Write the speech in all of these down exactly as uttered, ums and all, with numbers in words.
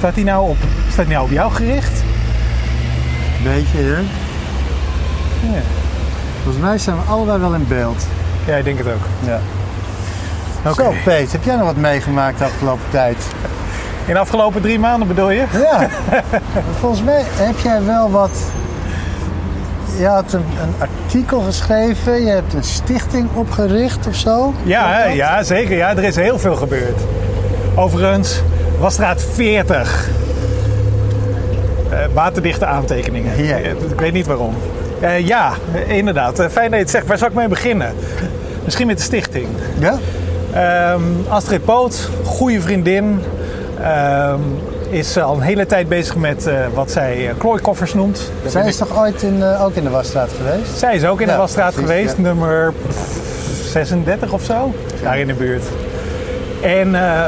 Staat die nou op, staat die nou op jou gericht? Beetje, hè? Ja. Volgens mij zijn we allebei wel in beeld. Ja, ik denk het ook. Ja. Oké. Zo, Peet, heb jij nog wat meegemaakt de afgelopen tijd? In de afgelopen drie maanden bedoel je? Ja. Volgens mij heb jij wel wat... Je had een, een artikel geschreven, je hebt een stichting opgericht of zo? Ja, ja, zeker. Ja, er is heel veel gebeurd. Overigens, Wasstraat veertig. Uh, waterdichte aantekeningen. Ja. Ik weet niet waarom. Uh, ja, inderdaad. Uh, fijn dat je het zegt. Waar zou ik mee beginnen? Misschien met de stichting. Ja? Um, Astrid Poot, goede vriendin, um, is al een hele tijd bezig met uh, wat zij uh, klooikoffers noemt. Zij is toch ooit in, uh, ook in de Wasstraat geweest? Zij is ook in ja, de Wasstraat precies, geweest, ja. nummer zesendertig of zo, ja. Daar in de buurt. En uh,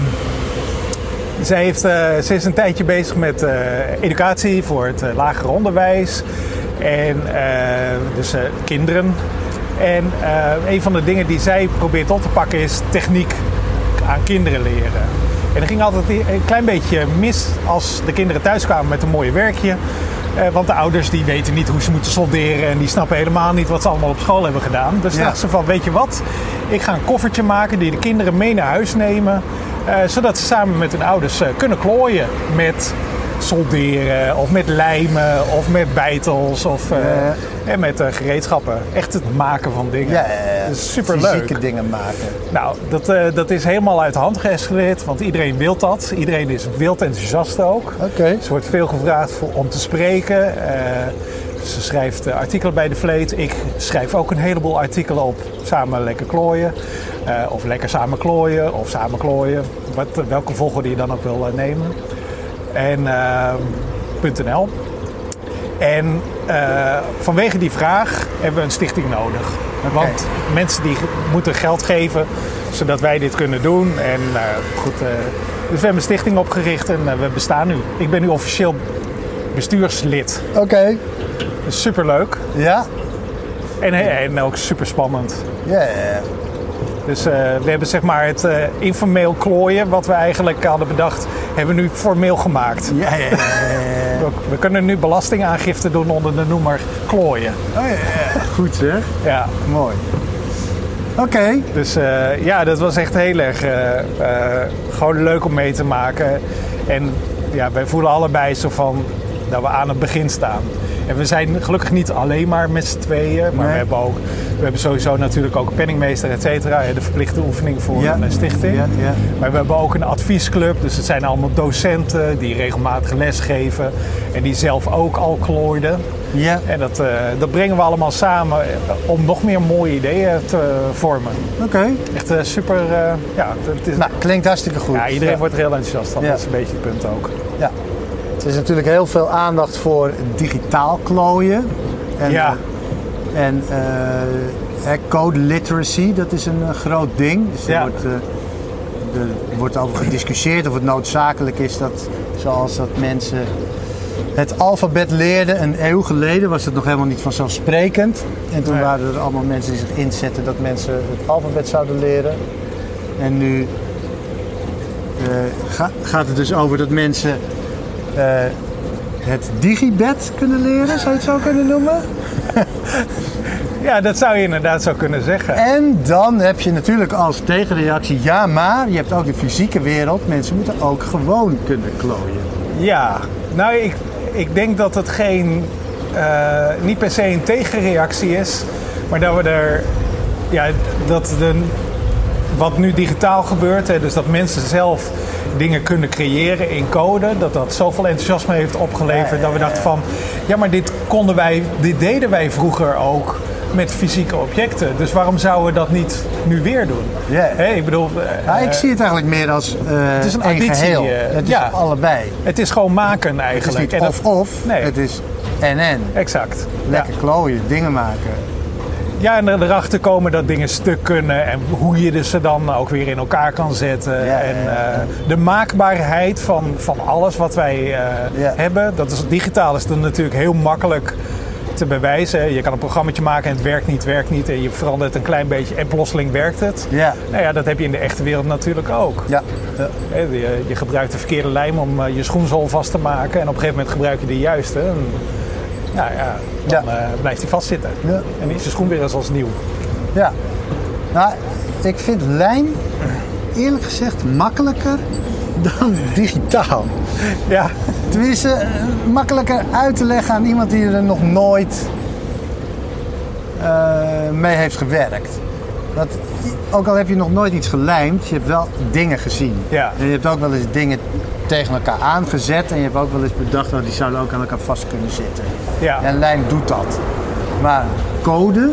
zij heeft, uh, ze is een tijdje bezig met uh, educatie voor het uh, lager onderwijs en uh, dus uh, kinderen. En uh, een van de dingen die zij probeert op te pakken is techniek aan kinderen leren. En er ging altijd een klein beetje mis als de kinderen thuis kwamen met een mooi werkje. Uh, want de ouders die weten niet hoe ze moeten solderen en die snappen helemaal niet wat ze allemaal op school hebben gedaan. Dus ja. dachten ze van, weet je wat, ik ga een koffertje maken die de kinderen mee naar huis nemen. Uh, zodat ze samen met hun ouders uh, kunnen klooien met solderen of met lijmen of met bijtels of uh, ja. en met uh, gereedschappen. Echt het maken van dingen. Ja, ja, ja. Dat is superleuk. Fysieke dingen maken. Nou, dat, uh, dat is helemaal uit de hand geëscaleerd, want iedereen wil dat. Iedereen is wild enthousiast ook. Okay. Ze wordt veel gevraagd voor, om te spreken. Uh, ze schrijft uh, artikelen bij de Vleet. Ik schrijf ook een heleboel artikelen op. Samen lekker klooien. Uh, of lekker samen klooien. Of samen klooien. Wat, welke volgorde je dan ook wil uh, nemen. En uh, .nl. En uh, vanwege die vraag hebben we een stichting nodig. Okay. Want mensen die moeten geld geven zodat wij dit kunnen doen. En uh, goed, uh, dus we hebben een stichting opgericht en uh, we bestaan nu. Ik ben nu officieel bestuurslid. Oké. Okay. Dus superleuk. Ja. En, en ook super spannend. Ja. Yeah. Dus uh, we hebben zeg maar het uh, informeel klooien, wat we eigenlijk hadden bedacht, hebben we nu formeel gemaakt. Ja, ja, ja, ja. we, we kunnen nu belastingaangifte doen onder de noemer klooien. Oh, ja, ja. Goed zeg. Ja. Mooi. Oké. Okay. Dus uh, ja, dat was echt heel erg uh, uh, gewoon leuk om mee te maken. En ja, wij voelen allebei zo van dat we aan het begin staan. En we zijn gelukkig niet alleen maar met z'n tweeën, maar nee. we hebben ook, we hebben sowieso natuurlijk ook een penningmeester, et cetera, de verplichte oefening voor ja. een stichting. Ja, ja. Maar we hebben ook een adviesclub, dus het zijn allemaal docenten die regelmatig lesgeven en die zelf ook al klooiden. Ja. En dat, uh, dat brengen we allemaal samen om nog meer mooie ideeën te vormen. Oké. Okay. Echt uh, super, uh, ja. Het is, nou, klinkt hartstikke goed. Ja, iedereen ja. wordt er heel enthousiast van, ja. dat is een beetje het punt ook. Ja. Er is natuurlijk heel veel aandacht voor digitaal klooien. En, ja. En uh, code literacy, dat is een uh, groot ding. Dus er, ja. wordt, uh, er wordt over gediscussieerd of het noodzakelijk is dat, zoals dat mensen het alfabet leerden. Een eeuw geleden was het nog helemaal niet vanzelfsprekend. En toen nee. waren er allemaal mensen die zich inzetten dat mensen het alfabet zouden leren. En nu uh, ga, gaat het dus over dat mensen Uh, het digibed kunnen leren, zou je het zo kunnen noemen? Ja, dat zou je inderdaad zo kunnen zeggen. En dan heb je natuurlijk als tegenreactie, ja maar, je hebt ook de fysieke wereld. Mensen moeten ook gewoon kunnen klooien. Ja, nou ik, ik denk dat het geen, uh, niet per se een tegenreactie is. Maar dat we er, ja, dat de, wat nu digitaal gebeurt, hè, dus dat mensen zelf dingen kunnen creëren in code, dat dat zoveel enthousiasme heeft opgeleverd, ja, ja, ja. dat we dachten van, ja maar dit konden wij, dit deden wij vroeger ook met fysieke objecten, dus waarom zouden we dat niet nu weer doen? Ja. Hey, ik bedoel, ja, uh, ik zie het eigenlijk meer als uh, het is een additie, geheel. Uh, het is ja, allebei. Het is gewoon maken eigenlijk. Het is niet of-of, nee. Het is en-en. Exact. Lekker ja. klooien, dingen maken. Ja, en erachter komen dat dingen stuk kunnen en hoe je ze dan ook weer in elkaar kan zetten. Ja, en ja, ja. Uh, de maakbaarheid van, van alles wat wij uh, ja. hebben, dat is digitaal is dan natuurlijk heel makkelijk te bewijzen. Je kan een programmaatje maken en het werkt niet, werkt niet. En je verandert een klein beetje en plotseling werkt het. Ja. Nou ja, dat heb je in de echte wereld natuurlijk ook. Ja. Ja. Je, je gebruikt de verkeerde lijm om je schoenzool vast te maken. En op een gegeven moment gebruik je de juiste. En, nou ja, dan ja. Uh, blijft hij vastzitten. Ja. En dan is je schoen weer als nieuw. Ja. Nou, ik vind lijm eerlijk gezegd makkelijker dan digitaal. Ja. Tenminste, makkelijker uit te leggen aan iemand die er nog nooit uh, mee heeft gewerkt. Want ook al heb je nog nooit iets gelijmd, je hebt wel dingen gezien. Ja. En je hebt ook wel eens dingen tegen elkaar aangezet en je hebt ook wel eens bedacht dat die zouden ook aan elkaar vast kunnen zitten. Ja. En lijm doet dat. Maar code?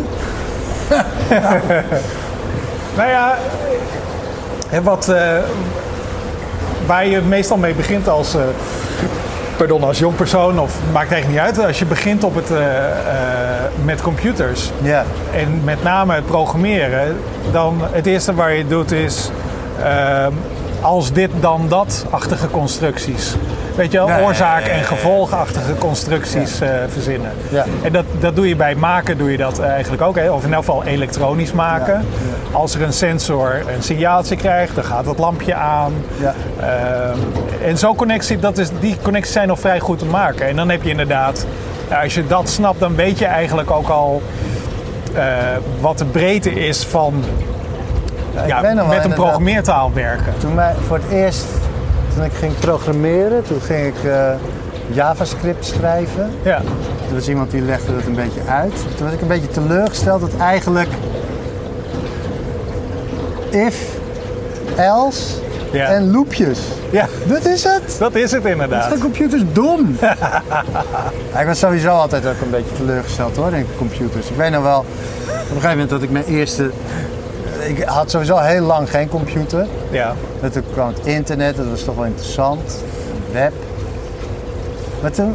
Nou ja, wat, uh, waar je meestal mee begint als, uh, pardon, als jong persoon, of maakt eigenlijk niet uit, als je begint op het, uh, uh, met computers yeah. en met name het programmeren, dan het eerste waar je doet is uh, als dit dan dat-achtige constructies. Weet je wel, ja, oorzaak- en gevolgachtige constructies ja. uh, verzinnen. Ja. En dat, dat doe je bij maken, doe je dat eigenlijk ook. Hè? Of in elk geval elektronisch maken. Ja. Ja. Als er een sensor een signaaltje krijgt, dan gaat het lampje aan. Ja. Uh, en zo'n connectie, dat is, die connecties zijn nog vrij goed te maken. En dan heb je inderdaad, als je dat snapt, dan weet je eigenlijk ook al uh, wat de breedte is van ja, ja, met een programmeertaal werken. Toen mij voor het eerst... Toen ik ging programmeren, toen ging ik uh, JavaScript schrijven. Ja. Er was iemand die legde dat een beetje uit. Toen was ik een beetje teleurgesteld dat eigenlijk if, else ja. en loopjes. Ja. Dat is het. Dat is het inderdaad. Dat zijn computers dom. Ja, ik was sowieso altijd ook een beetje teleurgesteld hoor in computers. Ik weet nog wel, op een gegeven moment dat ik mijn eerste... Ik had sowieso heel lang geen computer. Ja. En toen kwam het internet, dat was toch wel interessant. Web. Maar toen...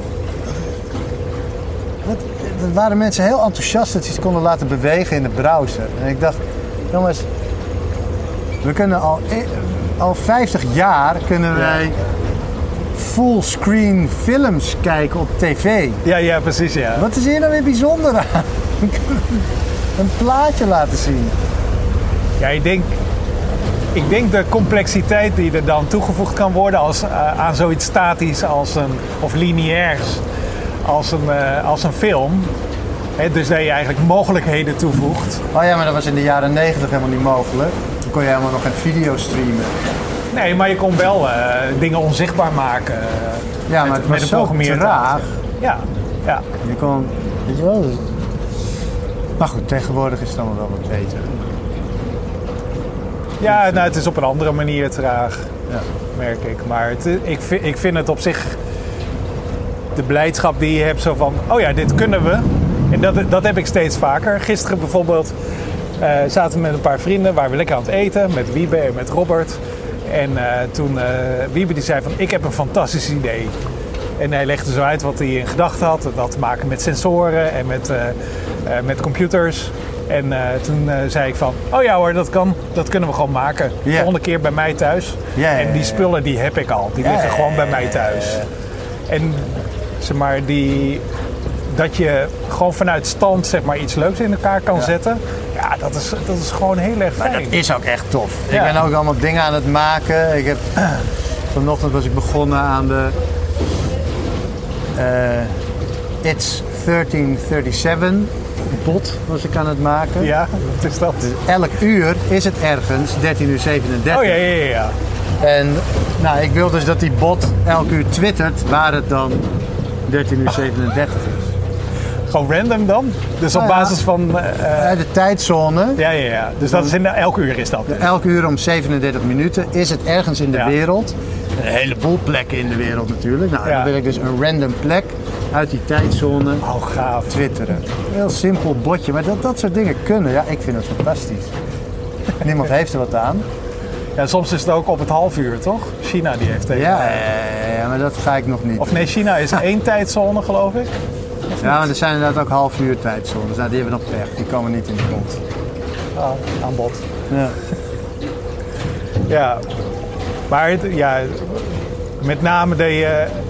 Wat, er waren mensen heel enthousiast dat ze iets konden laten bewegen in de browser. En ik dacht, jongens, we kunnen al, al vijftig jaar kunnen wij fullscreen films kijken op tv. Ja, ja, precies, ja. Wat is hier nou weer bijzonder aan? Een plaatje laten zien. Ja, ik denk, ik denk de complexiteit die er dan toegevoegd kan worden als, uh, aan zoiets statisch als een, of lineairs als een, uh, als een film. He, dus dat je eigenlijk mogelijkheden toevoegt. Oh ja, maar dat was in de jaren negentig helemaal niet mogelijk. Dan kon je helemaal nog geen video streamen. Nee, maar je kon wel uh, dingen onzichtbaar maken. Uh, ja, maar met, het was met een zo traag. Ja, ja. Je kon, weet je wel. Maar goed, tegenwoordig is het allemaal wel wat beter. Ja, nou, het is op een andere manier traag, ja. merk ik. Maar het, ik, vind, ik vind het op zich, de blijdschap die je hebt, zo van, oh ja, dit kunnen we. En dat, dat heb ik steeds vaker. Gisteren bijvoorbeeld uh, zaten we met een paar vrienden, waren we lekker aan het eten, met Wiebe en met Robert. En uh, toen uh, Wiebe die zei van, ik heb een fantastisch idee. En hij legde zo uit wat hij in gedachten had. Dat te maken met sensoren en met, uh, uh, met computers. En uh, toen uh, zei ik van, oh ja hoor, dat kan, dat kunnen we gewoon maken. De yeah. volgende keer bij mij thuis. Yeah, en die spullen die heb ik al, die yeah, liggen gewoon bij mij thuis. En zeg maar, die, dat je gewoon vanuit stand zeg maar, iets leuks in elkaar kan ja. zetten. Ja, dat is, dat is gewoon heel erg fijn. Maar dat is ook echt tof. Ja. Ik ben ook allemaal dingen aan het maken. Ik heb, vanochtend was ik begonnen aan de uh, It's dertien zevenendertig bot was ik aan het maken. Ja, wat is dat? Dus elk uur is het ergens dertien uur zevenendertig. Oh ja, ja, ja. ja. En nou, ik wil dus dat die bot elk uur twittert waar het dan dertien uur zevenendertig is. Gewoon random dan? Dus op nou ja, basis van... Uh, de tijdzone. Ja, ja, ja. Dus dat is in de, elk uur is dat? Dus. Elk uur om zevenendertig minuten is het ergens in de ja. wereld. Een heleboel plekken in de wereld natuurlijk. Nou, ja. dan wil ik dus een random plek uit die tijdzone oh, gaaf. twitteren. Een heel simpel botje, maar dat, dat soort dingen kunnen. Ja, ik vind het fantastisch. Niemand heeft er wat aan. Ja, soms is het ook op het half uur, toch? China die heeft tegen. Ja, ja, ja, maar dat ga ik nog niet. Of nee, China is één tijdzone, geloof ik. Ja, maar er zijn inderdaad ook half uur tijdzones. Nou, die hebben nog pech. Die komen niet in de bot. Ah, aan bod. Ja. Ja, maar het, ja, met name de,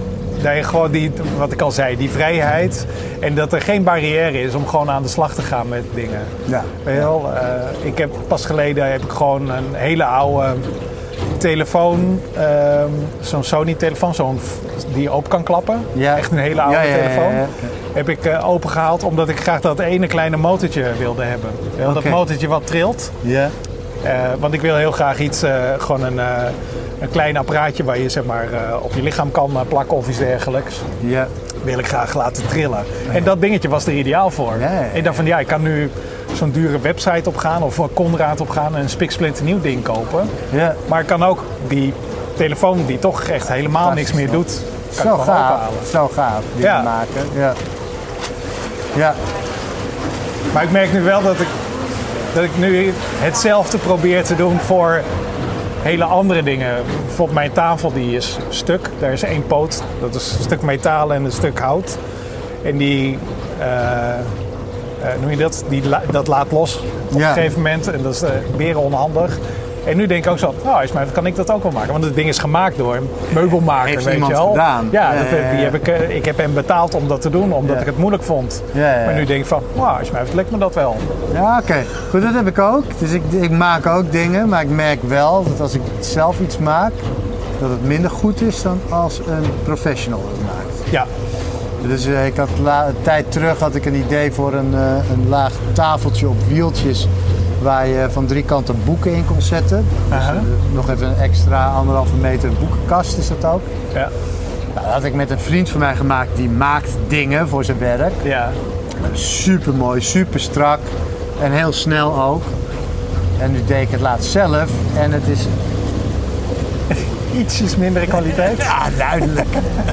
dat je gewoon die, wat ik al zei, die vrijheid. En dat er geen barrière is om gewoon aan de slag te gaan met dingen. Ja. Weet je wel, uh, ik heb pas geleden heb ik gewoon een hele oude telefoon, uh, zo'n Sony-telefoon, zo'n die je open kan klappen. Ja. Echt een hele oude ja, ja, telefoon. ja, ja, ja. Heb ik uh, opengehaald omdat ik graag dat ene kleine motortje wilde hebben. Wel, Okay. dat motortje wat trilt. Ja. Uh, want ik wil heel graag iets, uh, gewoon een, uh, een klein apparaatje waar je zeg maar, uh, op je lichaam kan uh, plakken of iets dergelijks. Ja. Wil ik graag laten trillen. Ja. En dat dingetje was er ideaal voor. Ja, ja, ja. Ik dacht van ja, ik kan nu zo'n dure website opgaan of Conrad opgaan en een spiksplinternieuw ding kopen. Ja. Maar ik kan ook die telefoon die toch echt helemaal niks meer doet, kan Zo ik gewoon gaaf. ophalen. Zo gaaf dingen Ja. maken. Ja. Ja. Maar ik merk nu wel dat ik, dat ik nu hetzelfde probeer te doen voor hele andere dingen. Bijvoorbeeld mijn tafel die is stuk. Daar is één poot. Dat is een stuk metaal en een stuk hout. En die, uh, uh, noem je dat? Die la- dat laat los op Ja. een gegeven moment. En dat is uh, weer onhandig. En nu denk ik ook zo, nou, Ismail, kan ik dat ook wel maken? Want het ding is gemaakt door een meubelmaker, Heeft weet iemand je wel. gedaan. Ja, Ja, dat, ja, ja. Die heb ik, uh, ik heb hem betaald om dat te doen, omdat Ja. ik het moeilijk vond. Ja, ja, ja. Maar nu denk ik van, nou, Ismail, het lukt me dat wel. Ja, oké. Okay. Goed, dat heb ik ook. Dus ik, ik maak ook dingen, maar ik merk wel dat als ik zelf iets maak, dat het minder goed is dan als een professional het maakt. Ja. Dus uh, ik had la- een tijd terug had ik een idee voor een, uh, een laag tafeltje op wieltjes waar je van drie kanten boeken in kon zetten. Dus, uh, nog even een extra anderhalve meter boekenkast is dat ook. Ja. Nou, dat had ik met een vriend van mij gemaakt die maakt dingen voor zijn werk. Ja. Super mooi, super strak en heel snel ook. En nu deed ik het laatst zelf en het is Ietsjes mindere kwaliteit. ja, duidelijk.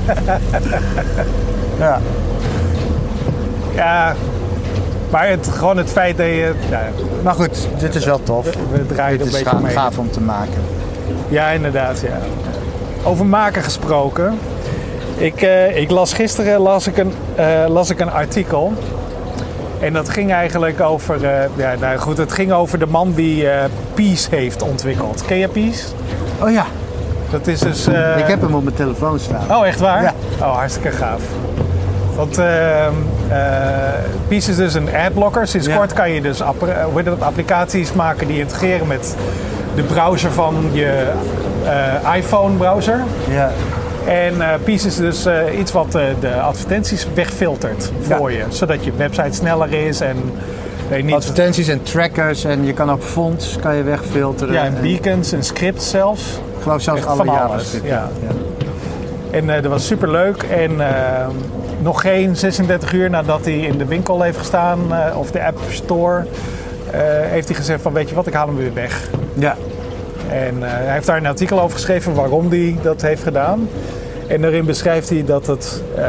ja. Ja, maar het, gewoon het feit dat je... Ja, Maar goed, dit is wel tof. we, we draaien Dit er een is beetje gaaf, mee. gaaf om te maken. Ja, inderdaad. Ja. Over maken gesproken. Ik, uh, ik las gisteren las ik een, uh, las ik een artikel. En dat ging eigenlijk over... Uh, ja, nou goed, het ging over de man die uh, Peace heeft ontwikkeld. Ken je Peace? Oh ja, Dat is dus... Uh, ik heb hem op mijn telefoon staan. Oh, echt waar? Ja. Oh, hartstikke gaaf. Want uh, uh, Peace is dus een adblocker. Sinds Ja. kort kan je dus app- hoe heet dat, applicaties maken die integreren met de browser van je uh, iPhone-browser. Ja. En uh, Peace is dus uh, iets wat uh, de advertenties wegfiltert voor Ja. je. Zodat je website sneller is en je niet... Advertenties en trackers en je kan ook fonts kan je wegfilteren. Ja, en beacons en scripts zelfs. Ik geloof zelfs Echt alle van alles, JavaScript. ja. Ja. En uh, dat was super leuk. En uh, nog geen zesendertig uur nadat hij in de winkel heeft gestaan, uh, of de App Store, uh, heeft hij gezegd van weet je wat, ik haal hem weer weg. Ja. En uh, hij heeft daar een artikel over geschreven waarom hij dat heeft gedaan. En daarin beschrijft hij dat het, uh,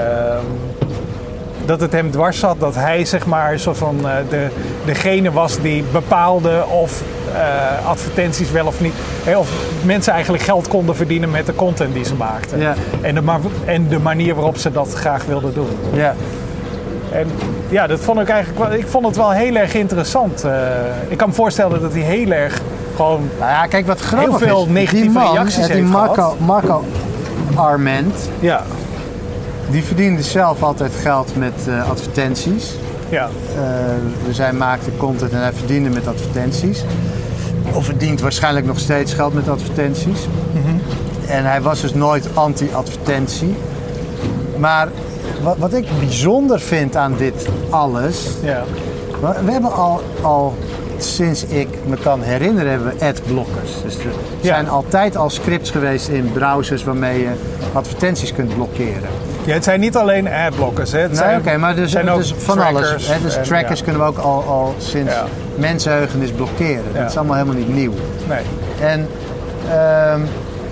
dat het hem dwars zat dat hij zeg maar soort van uh, de, degene was die bepaalde of uh, advertenties wel of niet, hè, of mensen eigenlijk geld konden verdienen met de content die ze maakten. Ja. En, de, ma- en de manier waarop ze dat graag wilden doen. Ja. En ja, dat vond ik eigenlijk wel, ik vond het wel heel erg interessant. Uh, ik kan me voorstellen dat hij heel erg gewoon Nou ja, kijk wat grappig heel veel is. negatieve die man, reacties die heeft Marco, gehad. Marco Arment, ja, die verdiende zelf altijd geld met uh, advertenties. ja, Uh, dus hij maakte content en hij verdiende met advertenties. Of verdient waarschijnlijk nog steeds geld met advertenties. Mm-hmm. En hij was dus nooit anti-advertentie. Maar wat, wat ik bijzonder vind aan dit alles... ja. We hebben al, al sinds ik me kan herinneren, hebben we adblockers. Dus er Ja. zijn altijd al scripts geweest in browsers waarmee je advertenties kunt blokkeren. Ja, het zijn niet alleen adblockers. Hè. Het Nee, zijn, oké, maar dus, zijn ook dus van trackers alles. Hè? Dus en- trackers ja. kunnen we ook al, al sinds Ja. mensenheugenis blokkeren. Ja. Dat is allemaal helemaal niet nieuw. Nee. En ehm,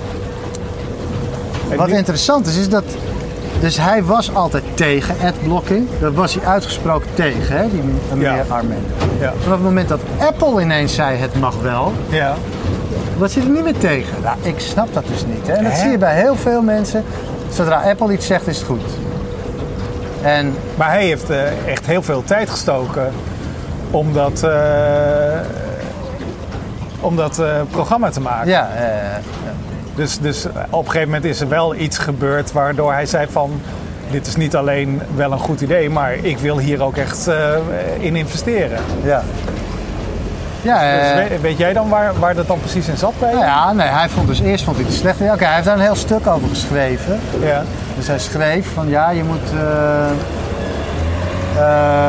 En wat nu- interessant is, is dat... Dus hij was altijd tegen adblocking. Dat was hij uitgesproken tegen, hè? Die meneer Ja. Arment. Ja. Vanaf het moment dat Apple ineens zei het mag wel, Ja. was hij er niet meer tegen. Nou, ik snap dat dus niet. Hè? En dat Hè? zie je bij heel veel mensen. Zodra Apple iets zegt, is het goed. En Maar hij heeft uh, echt heel veel tijd gestoken om dat, uh, om dat uh, programma te maken. ja, uh, ja. Dus, dus op een gegeven moment is er wel iets gebeurd waardoor hij zei van... dit is niet alleen wel een goed idee, maar ik wil hier ook echt uh, in investeren. Ja. Ja, dus uh, weet, weet jij dan waar, waar dat dan precies in zat bij je? Nou ja, nee, hij vond dus eerst vond hij het slecht. Oké, okay, hij heeft daar een heel stuk over geschreven. Ja. Dus hij schreef van ja, je moet... Uh, uh,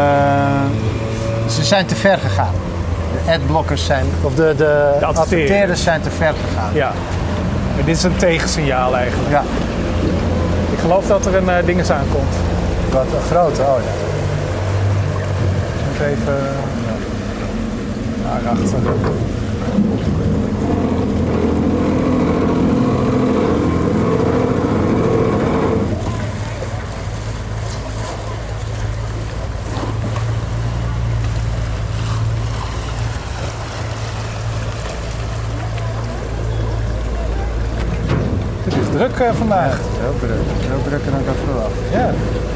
ze zijn te ver gegaan. De adblockers zijn... Of de, de, de adverteerders zijn te ver gegaan. Ja. En dit is een tegensignaal eigenlijk. Ja. Ik geloof dat er een uh, ding eens aankomt. Wat een grote, oh ja. Ik moet even... Daar achter. Het is druk uh, vandaag. Ja, heel druk. Heel drukker dan ik had verwacht. Ja.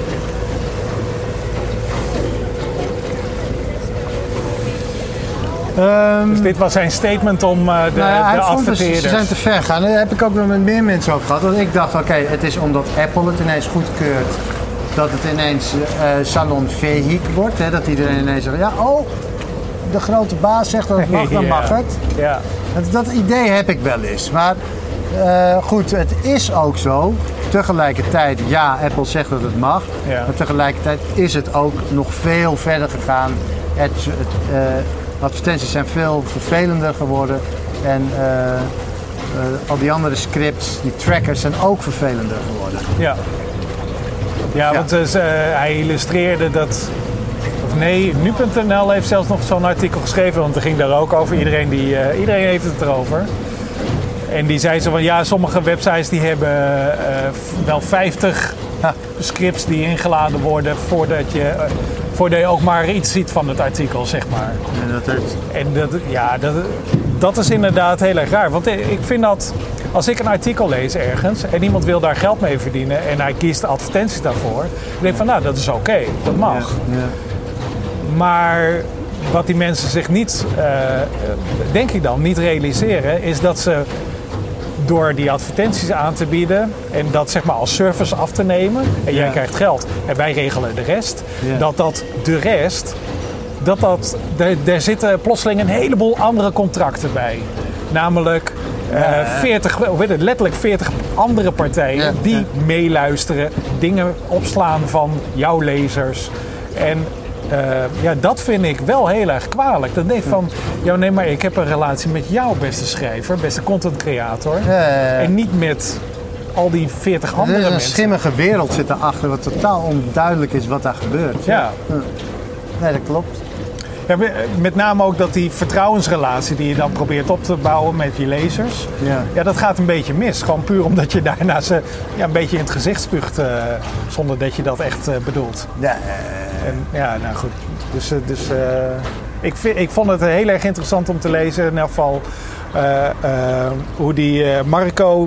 Um, dus dit was zijn statement om uh, de, nou ja, de adverteerders... Dus, ze zijn te ver gegaan. Daar heb ik ook wel met meer mensen over gehad. Want ik dacht, oké, okay, het is omdat Apple het ineens goedkeurt... dat het ineens uh, salonvehic wordt. Hè? Dat iedereen ineens zegt, ja, oh, de grote baas zegt dat het mag, dan mag ja. het. Ja. Dat, dat idee heb ik wel eens. Maar uh, goed, het is ook zo. Tegelijkertijd, ja, Apple zegt dat het mag. Ja. Maar tegelijkertijd is het ook nog veel verder gegaan. Het... het uh, advertenties zijn veel vervelender geworden en uh, uh, al die andere scripts, die trackers zijn ook vervelender geworden. Ja, ja, ja. want uh, hij illustreerde dat, of nee, nu punt n l heeft zelfs nog zo'n artikel geschreven, want er ging daar ook over, iedereen, die, uh, iedereen heeft het erover. En die zei zo van, ja, sommige websites die hebben uh, wel vijftig ha. scripts die ingeladen worden voordat je... Uh, Voordat je ook maar iets ziet van het artikel, zeg maar. En dat, is... en dat, ja, dat, dat is inderdaad heel erg raar. Want ik vind dat, als ik een artikel lees ergens en iemand wil daar geld mee verdienen en hij kiest advertenties daarvoor, dan denk ik van, nou, dat is oké, okay, dat mag. Ja, ja. Maar wat die mensen zich niet, uh, denk ik dan, niet realiseren, is dat ze door die advertenties aan te bieden en dat zeg maar als service af te nemen en jij ja. krijgt geld en wij regelen de rest, ja. dat dat de rest, dat dat, er zitten plotseling een heleboel andere contracten bij. Namelijk uh, ja. veertig, weet het, letterlijk veertig andere partijen ja. die ja. meeluisteren, dingen opslaan van jouw lezers. En Uh, ja, dat vind ik wel heel erg kwalijk. Dan denk ik van, ja, nee, maar ik heb een relatie met jou, beste schrijver, beste content creator. Ja, ja, ja. En niet met al die veertig andere mensen. Er is een schimmige wereld zit erachter, wat totaal onduidelijk is wat daar gebeurt. Ja. ja. Nee, dat klopt. Ja, met name ook dat die vertrouwensrelatie die je dan probeert op te bouwen met je lezers, ja, ja dat gaat een beetje mis. Gewoon puur omdat je daarna ze ja, een beetje in het gezicht spuugt, uh, zonder dat je dat echt uh, bedoelt. Ja, uh, en, ja, nou goed. Dus, uh, dus uh, ik, vind, ik vond het heel erg interessant om te lezen. In elk geval uh, uh, hoe die uh, Marco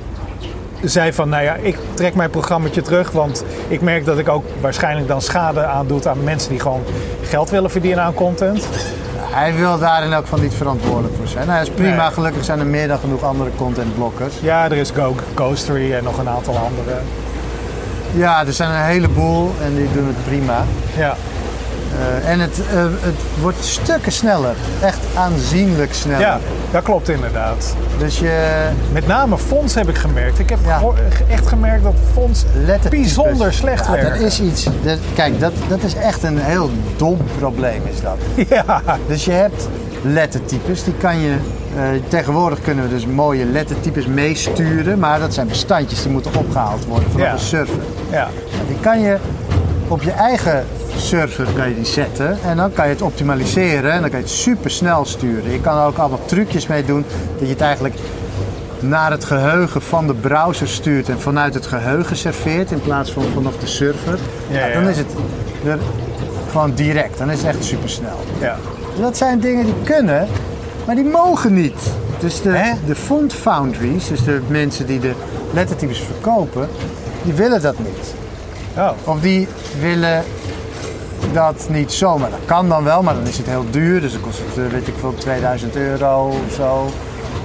zei van, nou ja, ik trek mijn programmaatje terug, want ik merk dat ik ook waarschijnlijk dan schade aandoe aan mensen die gewoon geld willen verdienen aan content. Hij wil daar in elk geval niet verantwoordelijk voor zijn. Nou, dat is prima, nee. Gelukkig zijn er meer dan genoeg andere contentblokkers. Ja, er is Go, Ghostery en nog een aantal andere. Ja, er zijn een heleboel en die doen het prima. Ja. Uh, en het, uh, het wordt stukken sneller. Echt aanzienlijk sneller. Ja, dat klopt inderdaad. Dus je... Met name fonts heb ik gemerkt. Ik heb ja. geho- echt gemerkt dat fonts bijzonder slecht ja, werken. Dat is iets... Dat, kijk, dat, dat is echt een heel dom probleem is dat. Ja. Dus je hebt lettertypes, die kan je... Uh, tegenwoordig kunnen we dus mooie lettertypes meesturen, maar dat zijn bestandjes die moeten opgehaald worden vanaf ja. een server. Ja. Die kan je op je eigen server kan je die zetten en dan kan je het optimaliseren en dan kan je het super snel sturen. Je kan er ook allemaal trucjes mee doen dat je het eigenlijk naar het geheugen van de browser stuurt en vanuit het geheugen serveert in plaats van vanaf de server. Ja, ja. Ja, dan is het er gewoon direct, dan is het echt super snel. Ja. Dat zijn dingen die kunnen, maar die mogen niet. Dus de, de font foundries, dus de mensen die de lettertypes verkopen, die willen dat niet. Oh. Of die willen dat niet zomaar. Dat kan dan wel, maar dan is het heel duur. Dus dan kost het, weet ik veel, tweeduizend euro of zo.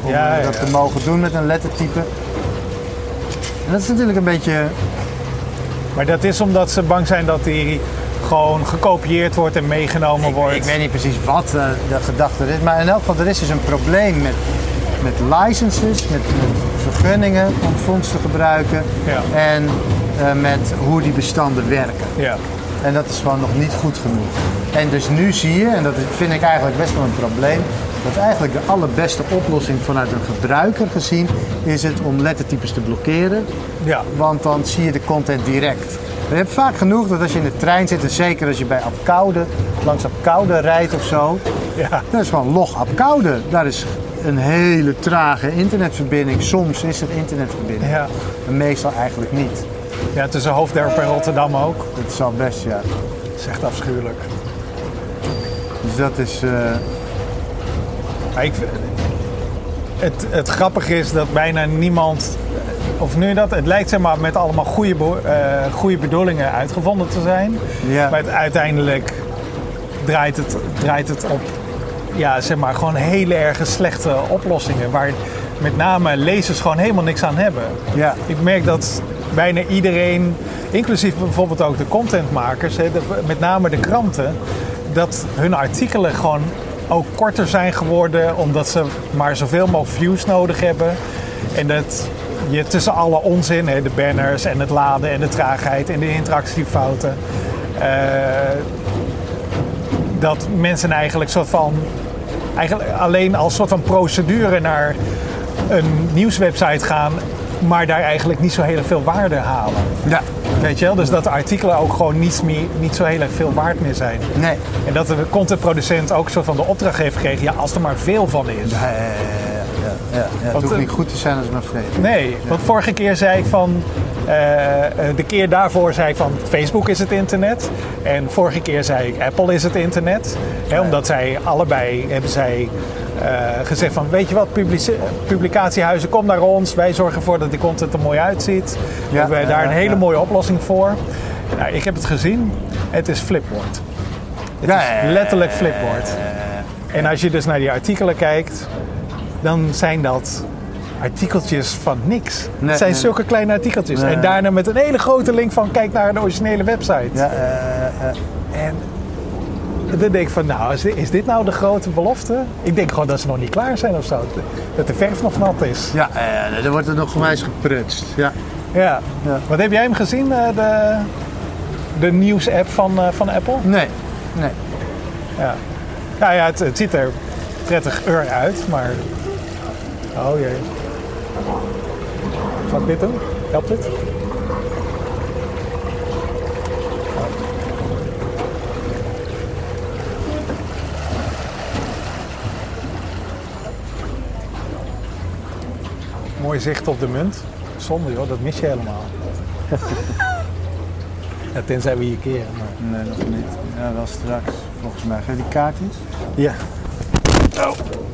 om Ja, uh, dat ja. te mogen doen met een lettertype. En dat is natuurlijk een beetje... Maar dat is omdat ze bang zijn dat die gewoon gekopieerd wordt en meegenomen Ik, wordt. ik weet niet precies wat uh, de gedachte is, maar in elk geval er is dus een probleem met, met licenses, met, met vergunningen om fonds te gebruiken Ja. en uh, met hoe die bestanden werken. Ja. En dat is gewoon nog niet goed genoeg. En dus nu zie je, en dat vind ik eigenlijk best wel een probleem, dat eigenlijk de allerbeste oplossing vanuit een gebruiker gezien is het om lettertypes te blokkeren. Ja. Want dan zie je de content direct. Je hebt vaak genoeg dat als je in de trein zit, en zeker als je bij Apkoude, langs Apkoude rijdt of zo, Ja. dat is gewoon log Apkoude. Daar is een hele trage internetverbinding. Soms is er internetverbinding, Ja. en meestal eigenlijk niet. Ja, tussen Hoofddorp en Rotterdam ook. Dat is al best, ja. Dat is echt afschuwelijk. Dus dat is... Uh... Maar ik, het, het grappige is dat bijna niemand, of nu dat, het lijkt zeg maar met allemaal goede, be, uh, goede bedoelingen uitgevonden te zijn. Ja. Maar het, uiteindelijk draait het, draait het op, ja, zeg maar, gewoon hele erg slechte oplossingen. Waar met name lezers gewoon helemaal niks aan hebben. Ja. Ik merk dat bijna iedereen, inclusief bijvoorbeeld ook de contentmakers, hè, de, met name de kranten, dat hun artikelen gewoon ook korter zijn geworden omdat ze maar zoveel mogelijk views nodig hebben. En dat je tussen alle onzin, hè, de banners en het laden en de traagheid en de interactiefouten, uh, dat mensen eigenlijk soort van eigenlijk alleen als soort van procedure naar een nieuwswebsite gaan, maar daar eigenlijk niet zo heel veel waarde halen. Ja. Weet je wel? Dus dat de artikelen ook gewoon niet, meer, niet zo heel erg veel waard meer zijn. Nee. En dat de contentproducent ook een soort van de opdracht heeft gekregen, ja, als er maar veel van is. Ja, ja, ja, ja, ja. Het Want, hoeft uh, niet goed te zijn als het maar veel is. Nee, Ja. want vorige keer zei ik van, uh, de keer daarvoor zei ik van Facebook is het internet. En vorige keer zei ik Apple is het internet. Hè, omdat zij allebei hebben zij uh, gezegd van, weet je wat, publice- publicatiehuizen, kom naar ons. Wij zorgen ervoor dat die content er mooi uitziet. We Ja, hebben ja, daar een ja, hele ja. mooie oplossing voor. Nou, ik heb het gezien. Het is Flipboard. Het Ja, is ja, ja, letterlijk ja, Flipboard. En als je dus naar die artikelen kijkt, dan zijn dat artikeltjes van niks. Nee, het zijn nee. zulke kleine artikeltjes. Nee. En daarna met een hele grote link van kijk naar de originele website. Ja, uh, uh, En dan denk ik van, nou, is dit, is dit nou de grote belofte? Ik denk gewoon dat ze nog niet klaar zijn of zo. Dat de verf nog nat is. ja, uh, er wordt er nog gewijs geprutst. Ja. Ja. Ja. Wat heb jij hem gezien, uh, de, de nieuws-app van, uh, van Apple? Nee, nee. Ja. Nou ja, het, het ziet er prettig ur uit, maar... Oh jee. Zal ik dit doen? Helpt dit? Mooi zicht op de munt. Zonde joh, dat mis je helemaal. Ja, tenzij we hier keren. Maar... Nee, nog niet. Ja, wel straks. Volgens mij. Geef die kaart eens. Ja. Oh.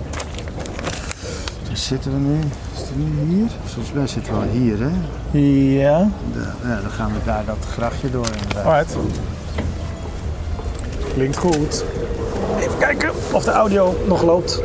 Waar zitten we nu? Is het nu hier? Volgens mij zitten we al hier, hè? Ja. De, ja, dan gaan we daar dat grachtje door inderdaad. Alright. Klinkt goed. Even kijken of de audio nog loopt.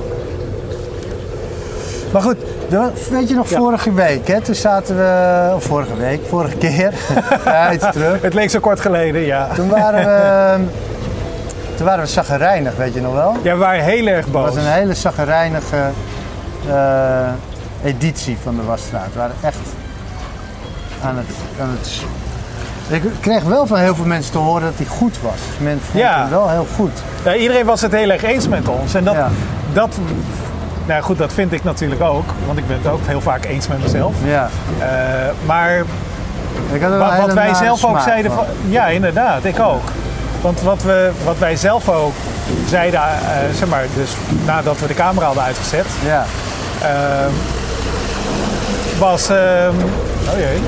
Maar goed, de- weet je nog Ja. vorige week, hè? Toen zaten we... Of vorige week, vorige keer. Ja, iets terug. Het leek zo kort geleden, ja. Toen waren we... Toen waren we chagrijnig, weet je nog wel? Ja, we waren heel erg Het boos. was een hele chagrijnige uh, editie van de Wasstraat. We waren echt aan het, aan het... Ik kreeg wel van heel veel mensen te horen dat hij goed was. Dus men vond Ja. hem wel heel goed. Ja, iedereen was het heel erg eens met ons. En dat, Ja. dat, nou goed, dat vind ik natuurlijk ook. Want ik ben het ook heel vaak eens met mezelf. Ja. Uh, maar Ik had er wel wat, een wat hele wij nare zelf ook smaak zeiden... van. Van, ja, inderdaad, ik ook. Want wat, we, wat wij zelf ook zeiden, uh, zeg maar, dus nadat we de camera hadden uitgezet... Ja. Uh, was... Uh, oh jee.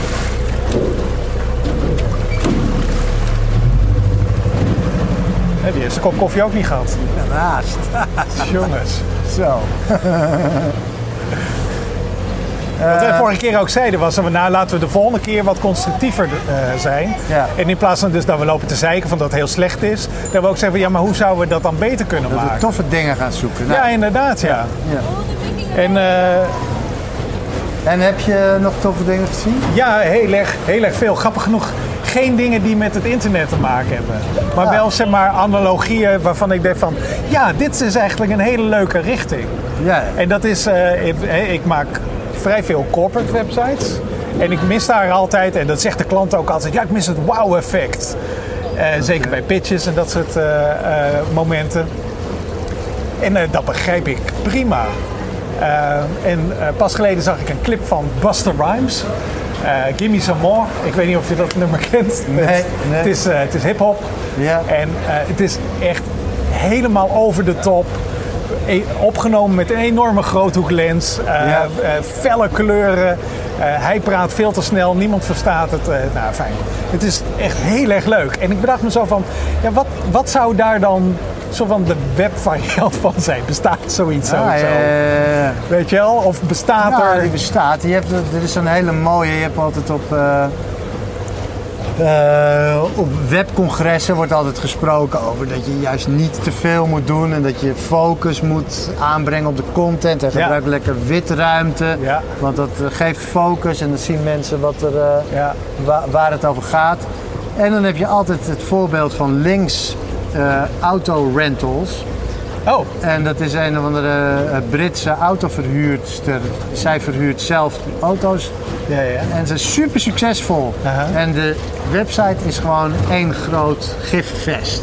Ja, die heeft zijn kop koffie ook niet gehad. Daarnaast. Jongens. Zo. Wat wij vorige keer ook zeiden was, dat we, nou, laten we de volgende keer wat constructiever uh, zijn. Ja. En in plaats van dus dat we lopen te zeiken van dat het heel slecht is, dat we ook zeggen, ja, maar hoe zouden we dat dan beter kunnen Dat we maken? toffe dingen gaan zoeken. Nou, Ja, inderdaad, ja. ja. En, uh, en heb je nog toffe dingen gezien? Ja, heel erg, heel erg veel. Grappig genoeg, geen dingen die met het internet te maken hebben. Maar ja. wel zeg maar analogieën waarvan ik denk van... Ja, dit is eigenlijk een hele leuke richting. Ja. En dat is... Uh, ik, ik maak vrij veel corporate websites. En ik mis daar altijd, en dat zegt de klant ook altijd... Ja, ik mis het wow-effect. Uh, zeker bij pitches en dat soort uh, uh, momenten. En uh, dat begrijp ik prima. Uh, en uh, pas geleden zag ik een clip van Busta Rhymes. Uh, Gimme Some More. Ik weet niet of je dat nummer kent. Nee, het, nee. het is, uh, het is hip-hop. Ja. En uh, het is echt helemaal over de top. E- opgenomen met een enorme groothoeklens. Uh, Ja. uh, felle kleuren. Uh, hij praat veel te snel. Niemand verstaat het. Uh, nou, fijn. Het is echt heel erg leuk. En ik bedacht me zo van... Ja, wat, wat zou daar dan... Zo van de webvariant van zijn. Bestaat zoiets Ah, zo? ja, ja, ja. Weet je wel? Of bestaat Ja, er... die bestaat. Je hebt, er is zo'n hele mooie, je hebt altijd op, uh, uh, op webcongressen wordt altijd gesproken over dat je juist niet te veel moet doen en dat je focus moet aanbrengen op de content en gebruik Ja. lekker witruimte, Ja. want dat uh, geeft focus en dan zien mensen wat er, uh, Ja. wa- waar het over gaat. En dan heb je altijd het voorbeeld van links uh, auto rentals. Oh, En dat is een of andere uh, Britse autoverhuurster. Zij verhuurt zelf auto's ja, ja. en ze is super succesvol. Aha. En de website is gewoon één groot gifvest.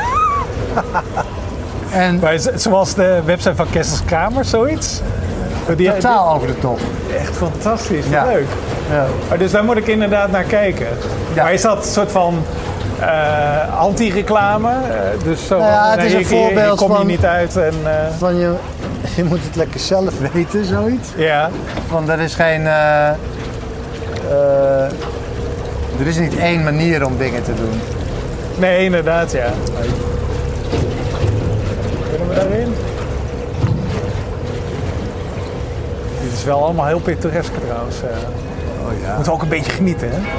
En Maar z- zoals de website van Kessels Kramer, zoiets? Die, totaal over de top. die- echt fantastisch, Ja. leuk. Ja. Maar dus daar moet ik inderdaad naar kijken. Ja. Maar is dat een soort van uh, anti-reclame? Uh, dus zo Nou ja, van, het is een ik, ik- voorbeeld ik kom van- hier niet uit en... uh, Van je, je moet het lekker zelf weten, zoiets. ja, Want er is geen... uh, uh, er is niet één manier om dingen te doen. nee, inderdaad, ja. Kunnen we daarin? Dit is wel allemaal heel pittoresk trouwens. Uh. Oh ja. We moeten ook een beetje genieten, hè?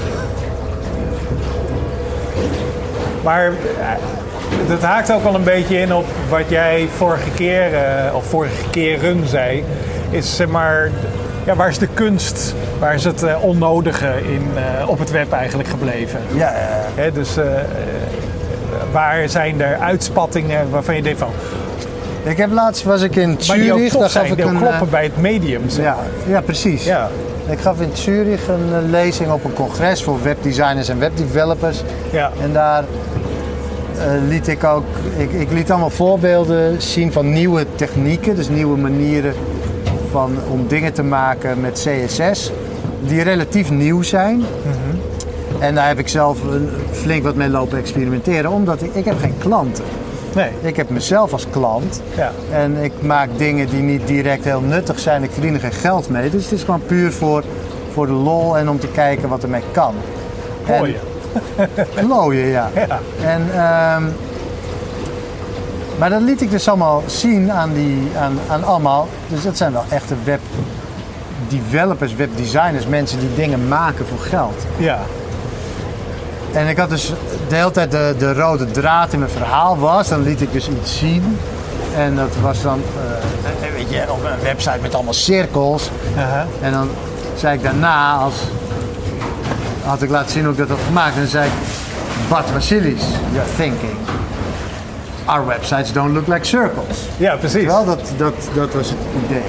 Maar uh, dat haakt ook wel een beetje in op wat jij vorige keer, uh, of vorige keren zei. Is zeg maar, ja, waar is de kunst, waar is het uh, onnodige in, uh, op het web eigenlijk gebleven? Ja, ja. Hè, dus uh, uh, waar zijn er uitspattingen waarvan je denkt van... Ik heb laatst was ik in Maar die ook Zurich, tof daar gaf zijn, ik die ook een... kloppen uh, bij het medium. Zeg ja, maar. ja, precies. Ja. Ik gaf in Zurich een uh, lezing op een congres voor webdesigners en webdevelopers. Ja. En daar uh, liet ik ook, ik, ik liet allemaal voorbeelden zien van nieuwe technieken, dus nieuwe manieren van, om dingen te maken met C S S, die relatief nieuw zijn. Mm-hmm. En daar heb ik zelf uh, flink wat mee lopen experimenteren, omdat ik, ik heb geen klanten. Nee. Ik heb mezelf als klant Ja. en ik maak dingen die niet direct heel nuttig zijn. Ik verdien er geen geld mee. Dus het is gewoon puur voor, voor de lol en om te kijken wat ermee kan. Mooie. En, klooien, ja. Ja. En, ehm, maar dat liet ik dus allemaal zien aan, die, aan, aan allemaal. Dus dat zijn wel echte webdevelopers, webdesigners, mensen die dingen maken voor geld. Ja. En ik had dus de hele tijd de, de rode draad in mijn verhaal was, dan liet ik dus iets zien. En dat was dan, uh, weet je, op een website met allemaal cirkels. Aha. En dan zei ik daarna, als, had ik laten zien hoe ik dat had gemaakt. En dan zei ik, but Vasilis, you're thinking, our websites don't look like circles. Ja, precies. Wel, dat, dat, dat was het idee.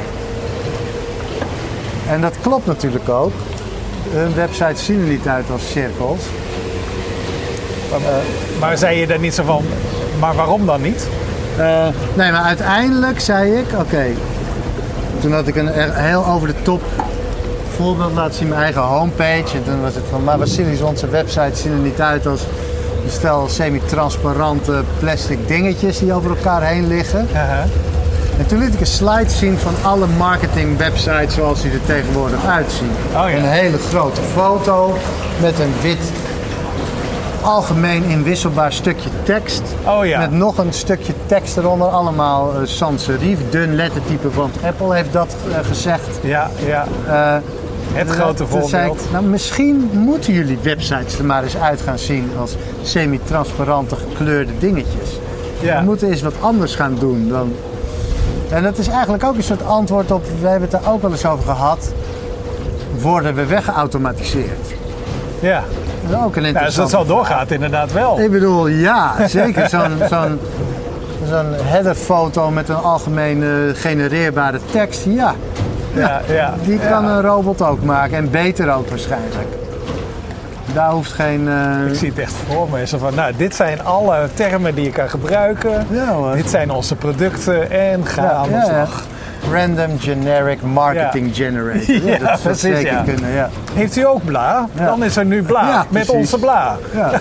En dat klopt natuurlijk ook. Hun websites zien er niet uit als cirkels. Maar zei je daar niet zo van, maar waarom dan niet? Uh, nee, maar uiteindelijk zei ik, oké, okay, toen had ik een er- heel over de top voorbeeld laten zien, mijn eigen homepage. En toen was het van, maar Vasilis, onze websites zien er niet uit als een stel semi-transparante plastic dingetjes die over elkaar heen liggen. Aha. En toen liet ik een slide zien van alle marketing websites zoals die er tegenwoordig uitzien. Oh ja. Een hele grote foto met een wit algemeen inwisselbaar stukje tekst. Oh ja. Met nog een stukje tekst eronder. Allemaal uh, sans serif, dun lettertype, want Apple heeft dat uh, gezegd. Ja, ja. Uh, Het toen- grote toen zei ik, voorbeeld. nou, misschien moeten jullie websites er maar eens uit gaan zien als semi-transparante gekleurde dingetjes. Ja. We moeten eens wat anders gaan doen dan En dat is eigenlijk ook een soort antwoord op, we hebben het er ook wel eens over gehad, worden we weggeautomatiseerd? Ja. Dat is ook een Nou, interessante als dat zo vraag. doorgaat, inderdaad wel. Ik bedoel, ja, zeker. Zo'n, zo'n, zo'n headerfoto met een algemene genereerbare tekst, ja. Ja, ja, Die kan ja. een robot ook maken en beter ook waarschijnlijk. Daar hoeft geen... Uh... Ik zie het echt voor me. Zo van, nou, dit zijn alle termen die je kan gebruiken. Ja, hoor. Dit zijn onze producten en ga Ja, aan de ja, ja. slag. Random generic marketing Ja. generator. Ja, dat zou precies, zeker ja. kunnen, ja. Heeft u ook bla? Ja. Dan is er nu bla. Ja, met precies. onze bla. ja.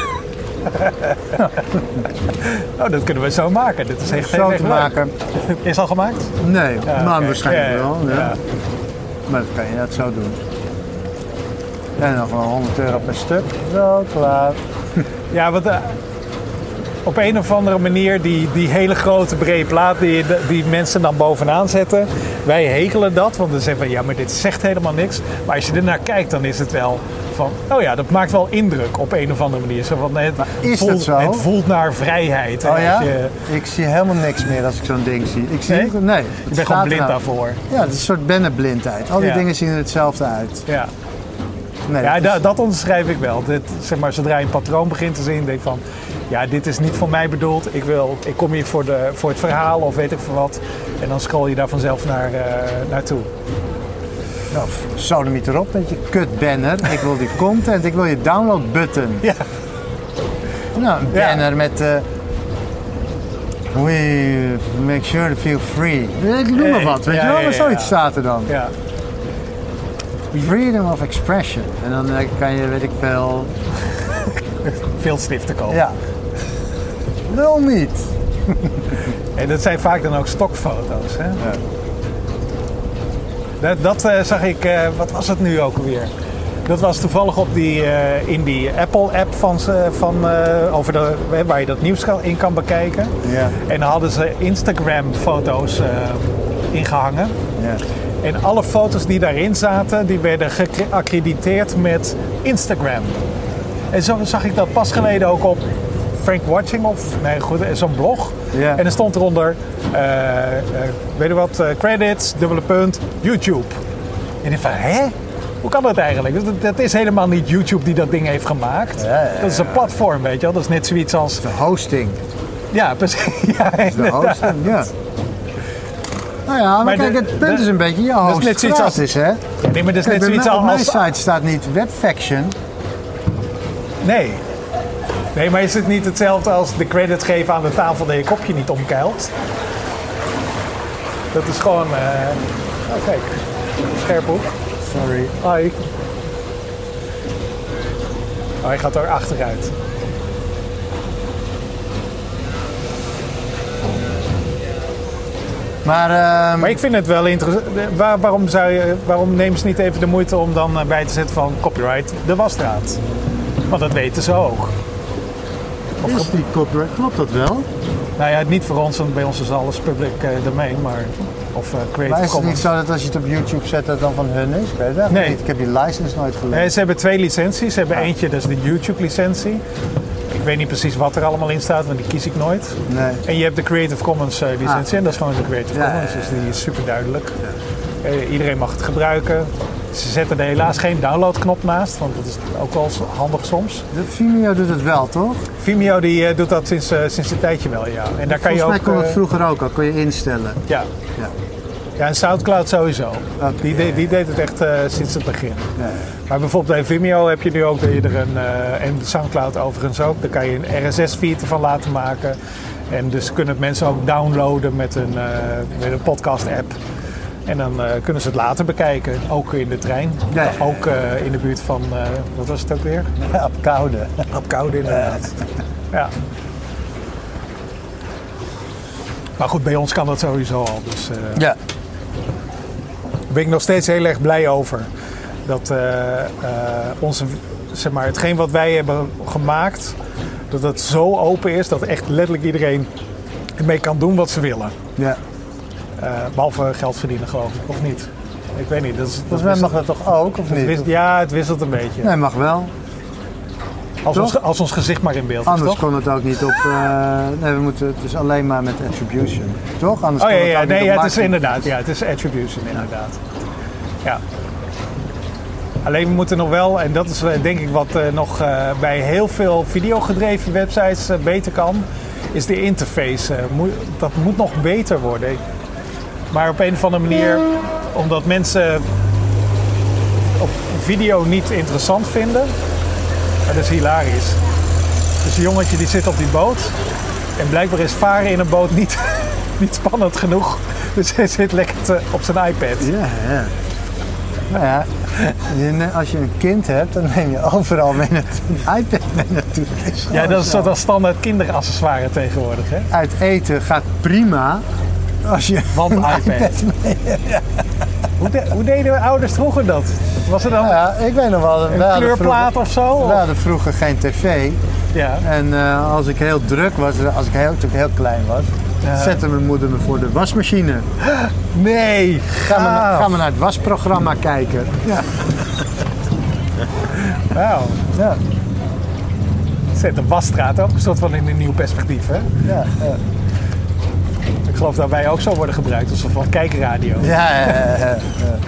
Oh, dat kunnen we zo maken. Dit is echt heel Zo erg te leuk. maken. Is al gemaakt? Nee, Ja, maar oké. waarschijnlijk Ja, ja. wel. Ja. Ja. Maar dat kan je net zo doen. En nog wel honderd euro per stuk. Zo, klaar. Ja, want uh, op een of andere manier die, die hele grote brede plaat die, die mensen dan bovenaan zetten. Wij hekelen dat, want dan zeggen we ja, maar dit zegt helemaal niks. Maar als je ernaar kijkt, dan is het wel van, oh ja, dat maakt wel indruk op een of andere manier. Zo van, het, is voelt, dat zo? het voelt naar vrijheid. hè, Oh ja? als je, Ik zie helemaal niks meer als ik zo'n ding zie. Ik zie Nee? niet- nee. je het bent gewoon staat blind er nou. daarvoor. Ja, het is een soort bennenblindheid. Al die Ja. dingen zien er hetzelfde uit. Ja, Nee, ja dat da- is- dat onderschrijf ik wel. Dit, zeg maar, zodra je een patroon begint te zien, denk ik van, ja, dit is niet voor mij bedoeld. Ik, wil, ik kom hier voor, de, voor het verhaal of weet ik veel wat. En dan scroll je daar vanzelf naar, uh, naartoe. Nou, sodemiet erop met je kut banner. Ik wil die content, ik wil je download button. Ja, Nou, een Ja. banner met... eh we make sure to feel free. Ik noem maar wat, weet Ja, je wel? ja, Maar ja, zoiets ja. staat er dan. ja. Freedom of expression. En dan eh, kan je, weet ik veel... Veel stiften kopen. Ja. Lul niet. En dat zijn vaak dan ook stokfoto's. Hè? Dat, dat eh, zag ik, eh, wat was het nu ook alweer? Dat was toevallig op die, eh, in die Apple-app van, ze- van, eh, over de, waar je dat nieuws kan- in kan bekijken. Ja. En dan hadden ze Instagram-foto's eh, ingehangen. Ja. En alle foto's die daarin zaten, die werden geaccrediteerd met Instagram. En zo zag ik dat pas geleden ook op Frank Watching of nee, goed, zo'n blog. Ja. En er stond eronder, eh, eh, weet je wat, eh, credits, dubbele punt, YouTube. En ik van, hè? Hoe kan dat eigenlijk? Dat, dat is helemaal niet YouTube die dat ding heeft gemaakt. Ja, ja, Dat is een platform, weet je wel. Dat is net zoiets als, De hosting. ja, precies. Ja, De inderdaad. hosting, ja. Nou ja, maar, Maar kijk, de- het punt de- is een beetje, je dat is host net zoiets als- gratis, hè? Nee, maar dat is Kijk, net bij zoiets mij- op mijn als... site staat niet webfaction. Nee. Nee, maar is het niet hetzelfde als de credit geven aan de tafel dat je kopje niet omkeilt? Dat is gewoon... eh oh, kijk. Scherphoek. Sorry. Hoi. Oh, hij gaat er achteruit. Maar, ehm, Maar ik vind het wel interessant. Waar, waarom, zou je, waarom nemen ze niet even de moeite om dan eh, bij te zetten van copyright de wasstraat? Want dat weten ze ook. Of, is die copyright, klopt dat wel? nou ja, niet voor ons, want bij ons is alles public eh, domain, maar... Of uh, Maar Creative is het niet Commons. zo dat als je het op YouTube zet, dat het dan van hun is? Ik weet het eigenlijk Nee. niet. Ik heb die license nooit gelezen. Nee, ze hebben twee licenties. Ze hebben Ah. eentje, dat is de YouTube-licentie. Ik weet niet precies wat er allemaal in staat, want die kies ik nooit. Nee. En je hebt de Creative Commons uh, licentie Ah. en dat is gewoon de Creative Ja, Commons, ja, ja. dus die is super duidelijk. Uh, iedereen mag het gebruiken. Ze zetten er helaas geen downloadknop naast, want dat is ook wel handig soms. De Vimeo doet het wel, toch? Vimeo die, uh, doet dat sinds, uh, sinds een tijdje wel, ja. En daar kan je Volgens mij ook... kon het uh, vroeger ook al, kon je instellen. ja. Ja. ja, en Soundcloud sowieso. Oké, die, ja, de- ja. die deed het echt uh, sinds het begin. Ja. Maar bijvoorbeeld bij Vimeo heb je nu ook dat je er een, uh, en Soundcloud overigens ook, daar kan je een R S S-feed van laten maken. En dus kunnen het mensen ook downloaden met een, uh, met een podcast-app. En dan uh, kunnen ze het later bekijken, ook in de trein. Ja, ja, ja. Ook uh, in de buurt van, uh, wat was het ook weer? Ja, op koude. Op Koude inderdaad. Ja. Maar goed, bij ons kan dat sowieso al. Dus uh, Ja. daar ben ik nog steeds heel erg blij over. Dat uh, uh, onze, zeg maar, hetgeen wat wij hebben gemaakt, dat het zo open is dat echt letterlijk iedereen ermee kan doen wat ze willen. Ja. Uh, behalve geld verdienen, geloof ik, of niet? Ik weet niet. Dat is, dat Volgens mij mag dat toch ook, of dat niet? wis- ja, het wisselt een beetje. Nee, mag wel. Als ons, als ons gezicht maar in beeld is, Anders toch? kon het ook niet op... Uh, nee, we moeten het dus alleen maar met attribution. Toch? Anders oh ja, kon het ja, ook nee, niet ja, op het is marketing. inderdaad. Ja, het is attribution, inderdaad. Ja. Alleen we moeten nog wel, en dat is uh, denk ik wat uh, nog uh, bij heel veel videogedreven websites uh, beter kan, is de interface. Uh, moet, dat moet nog beter worden. Maar op een of andere manier, omdat mensen op video niet interessant vinden, dat is hilarisch. Dus een jongetje die zit op die boot en blijkbaar is varen in een boot niet, niet spannend genoeg. Dus hij zit lekker te, op zijn iPad. Ja, ja. Nou ja, als je een kind hebt, dan neem je overal mee naartoe, een iPad mee naartoe. Dat ja, dat is dat is standaard kinderaccessoire tegenwoordig, hè? Uit eten gaat prima als je Want een iPad. iPad mee hebt. Ja. Hoe, de, hoe deden we ouders vroeger dat? Was er dan Nou ja, ik weet nog wel. een we hadden kleurplaat vroeger, of zo? We hadden vroeger geen tv. Ja. En uh, als ik heel druk was, als ik heel, toen ik heel klein was, Ja. zette mijn moeder me voor de wasmachine. Nee, Ga maar, ga maar naar het wasprogramma kijken. Ja. Wauw. Ja. Zet de wasstraat ook een soort van in een nieuw perspectief, hè? Ja, ja. Ik geloof dat wij ook zo worden gebruikt, als een van kijkradio. Ja, ja, ja, ja.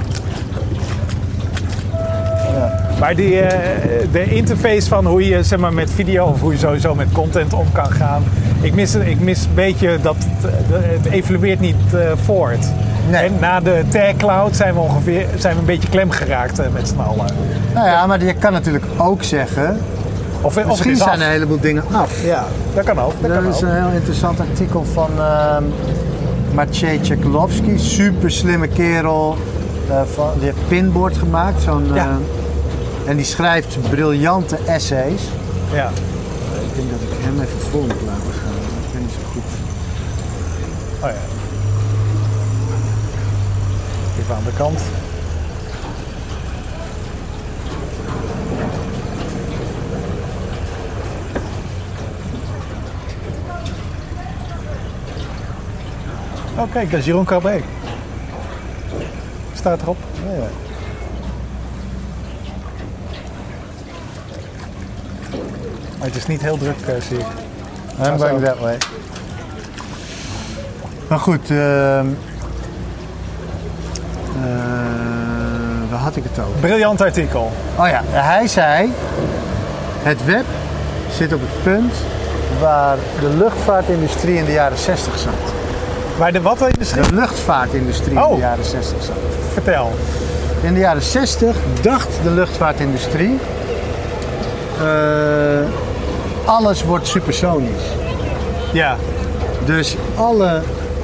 Ja. Maar die, uh, de interface van hoe je zeg maar, met video of hoe je sowieso met content om kan gaan. Ik mis, ik mis een beetje dat het, het evolueert niet uh, voort. Nee. En na de tag cloud zijn we ongeveer zijn we een beetje klem geraakt uh, met z'n allen. Nou ja, maar je kan natuurlijk ook zeggen, Of, of misschien het is zijn af. een heleboel dingen af. Ja, dat kan ook. Dat Er kan is ook. een heel interessant artikel van uh, Maciej Czekolowski, super slimme kerel. Uh, van, die heeft Pinboard gemaakt, zo'n, uh, Ja. en die schrijft briljante essays. Ja. Ik denk dat ik hem even voor moet laten gaan, ik ben niet zo goed. Oh ja. Even aan de kant. Oh kijk, dat is Jeroen Carbé. Staat erop. Ja, ja. Maar het is niet heel druk, uh, zie ik. I'm going that way. Maar goed, uh, uh, waar had ik het over? Briljant artikel. Oh ja, hij zei, het web zit op het punt waar de luchtvaartindustrie in de jaren zestig zat. Waar de wat industrie? De luchtvaartindustrie in Oh. de jaren zestig zat. Vertel. In de jaren zestig dacht de luchtvaartindustrie, uh, alles wordt supersonisch. Ja. Dus alle...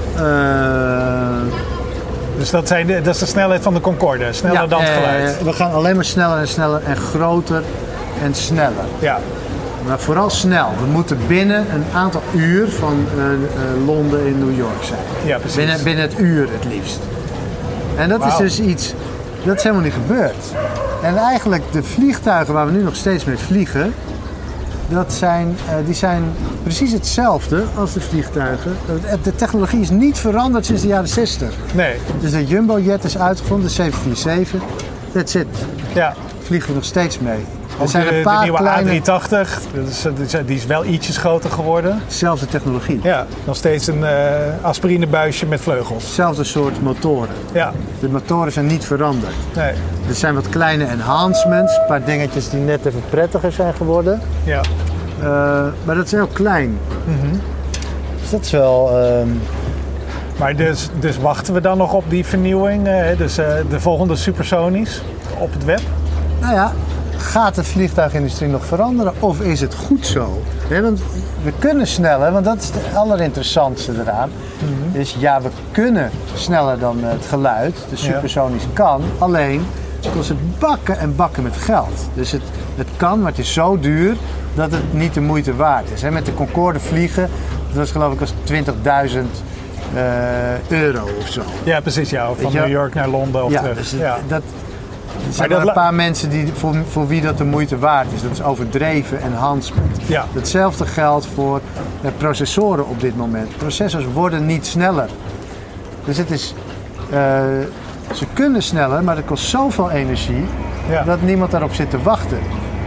Uh, Dus dat, zijn de, dat is de snelheid van de Concorde. Sneller ja, dan het uh, geluid. we gaan alleen maar sneller en sneller en groter en sneller. Ja. Maar vooral snel. We moeten binnen een aantal uur van uh, uh, Londen in New York zijn. Ja, precies. Binnen, binnen het uur het liefst. En dat is Wauw. dus iets, dat is helemaal niet gebeurd. En eigenlijk de vliegtuigen waar we nu nog steeds mee vliegen, dat zijn, uh, die zijn precies hetzelfde als de vliegtuigen. De technologie is niet veranderd sinds de jaren zestig. Nee. Dus de Jumbojet is uitgevonden, de zeven vier zeven. That's it. Ja. Vliegen we nog steeds mee. Er Ook zijn de, een paar de nieuwe kleine... A driehonderdtachtig, dat is, dat is- die is wel ietsjes groter geworden. Zelfde technologie. Ja, nog steeds een uh, aspirinebuisje met vleugels. Hetzelfde soort motoren. Ja, De motoren zijn niet veranderd. nee. Er zijn wat kleine enhancements, een paar dingetjes die net even prettiger zijn geworden. Ja. Uh, maar dat is heel klein. Mhm. Dus dat is wel... Uh... Maar dus, dus wachten we dan nog op die vernieuwing, uh, dus uh, de volgende supersonisch op het web? Nou ja, gaat de vliegtuigindustrie nog veranderen of is het goed zo? He, want we kunnen sneller, want dat is het allerinteressantste eraan. Mm-hmm. Is ja, we kunnen sneller dan het geluid, de supersonisch ja. kan, alleen kost het bakken en bakken met geld. Dus het, het kan, maar het is zo duur dat het niet de moeite waard is. He, met de Concorde vliegen, dat was geloof ik als twintigduizend uh, euro of zo. Ja, precies. Ja. Of van New York naar Londen of ja, terug. Dus ja. dat, er zijn maar een paar mensen die, voor, voor wie dat de moeite waard is. Dat is overdreven enhancement. Ja. Hetzelfde geldt voor eh, processoren op dit moment. Processors worden niet sneller. Dus het is... Uh, ze kunnen sneller, maar het kost zoveel energie ja. dat niemand daarop zit te wachten.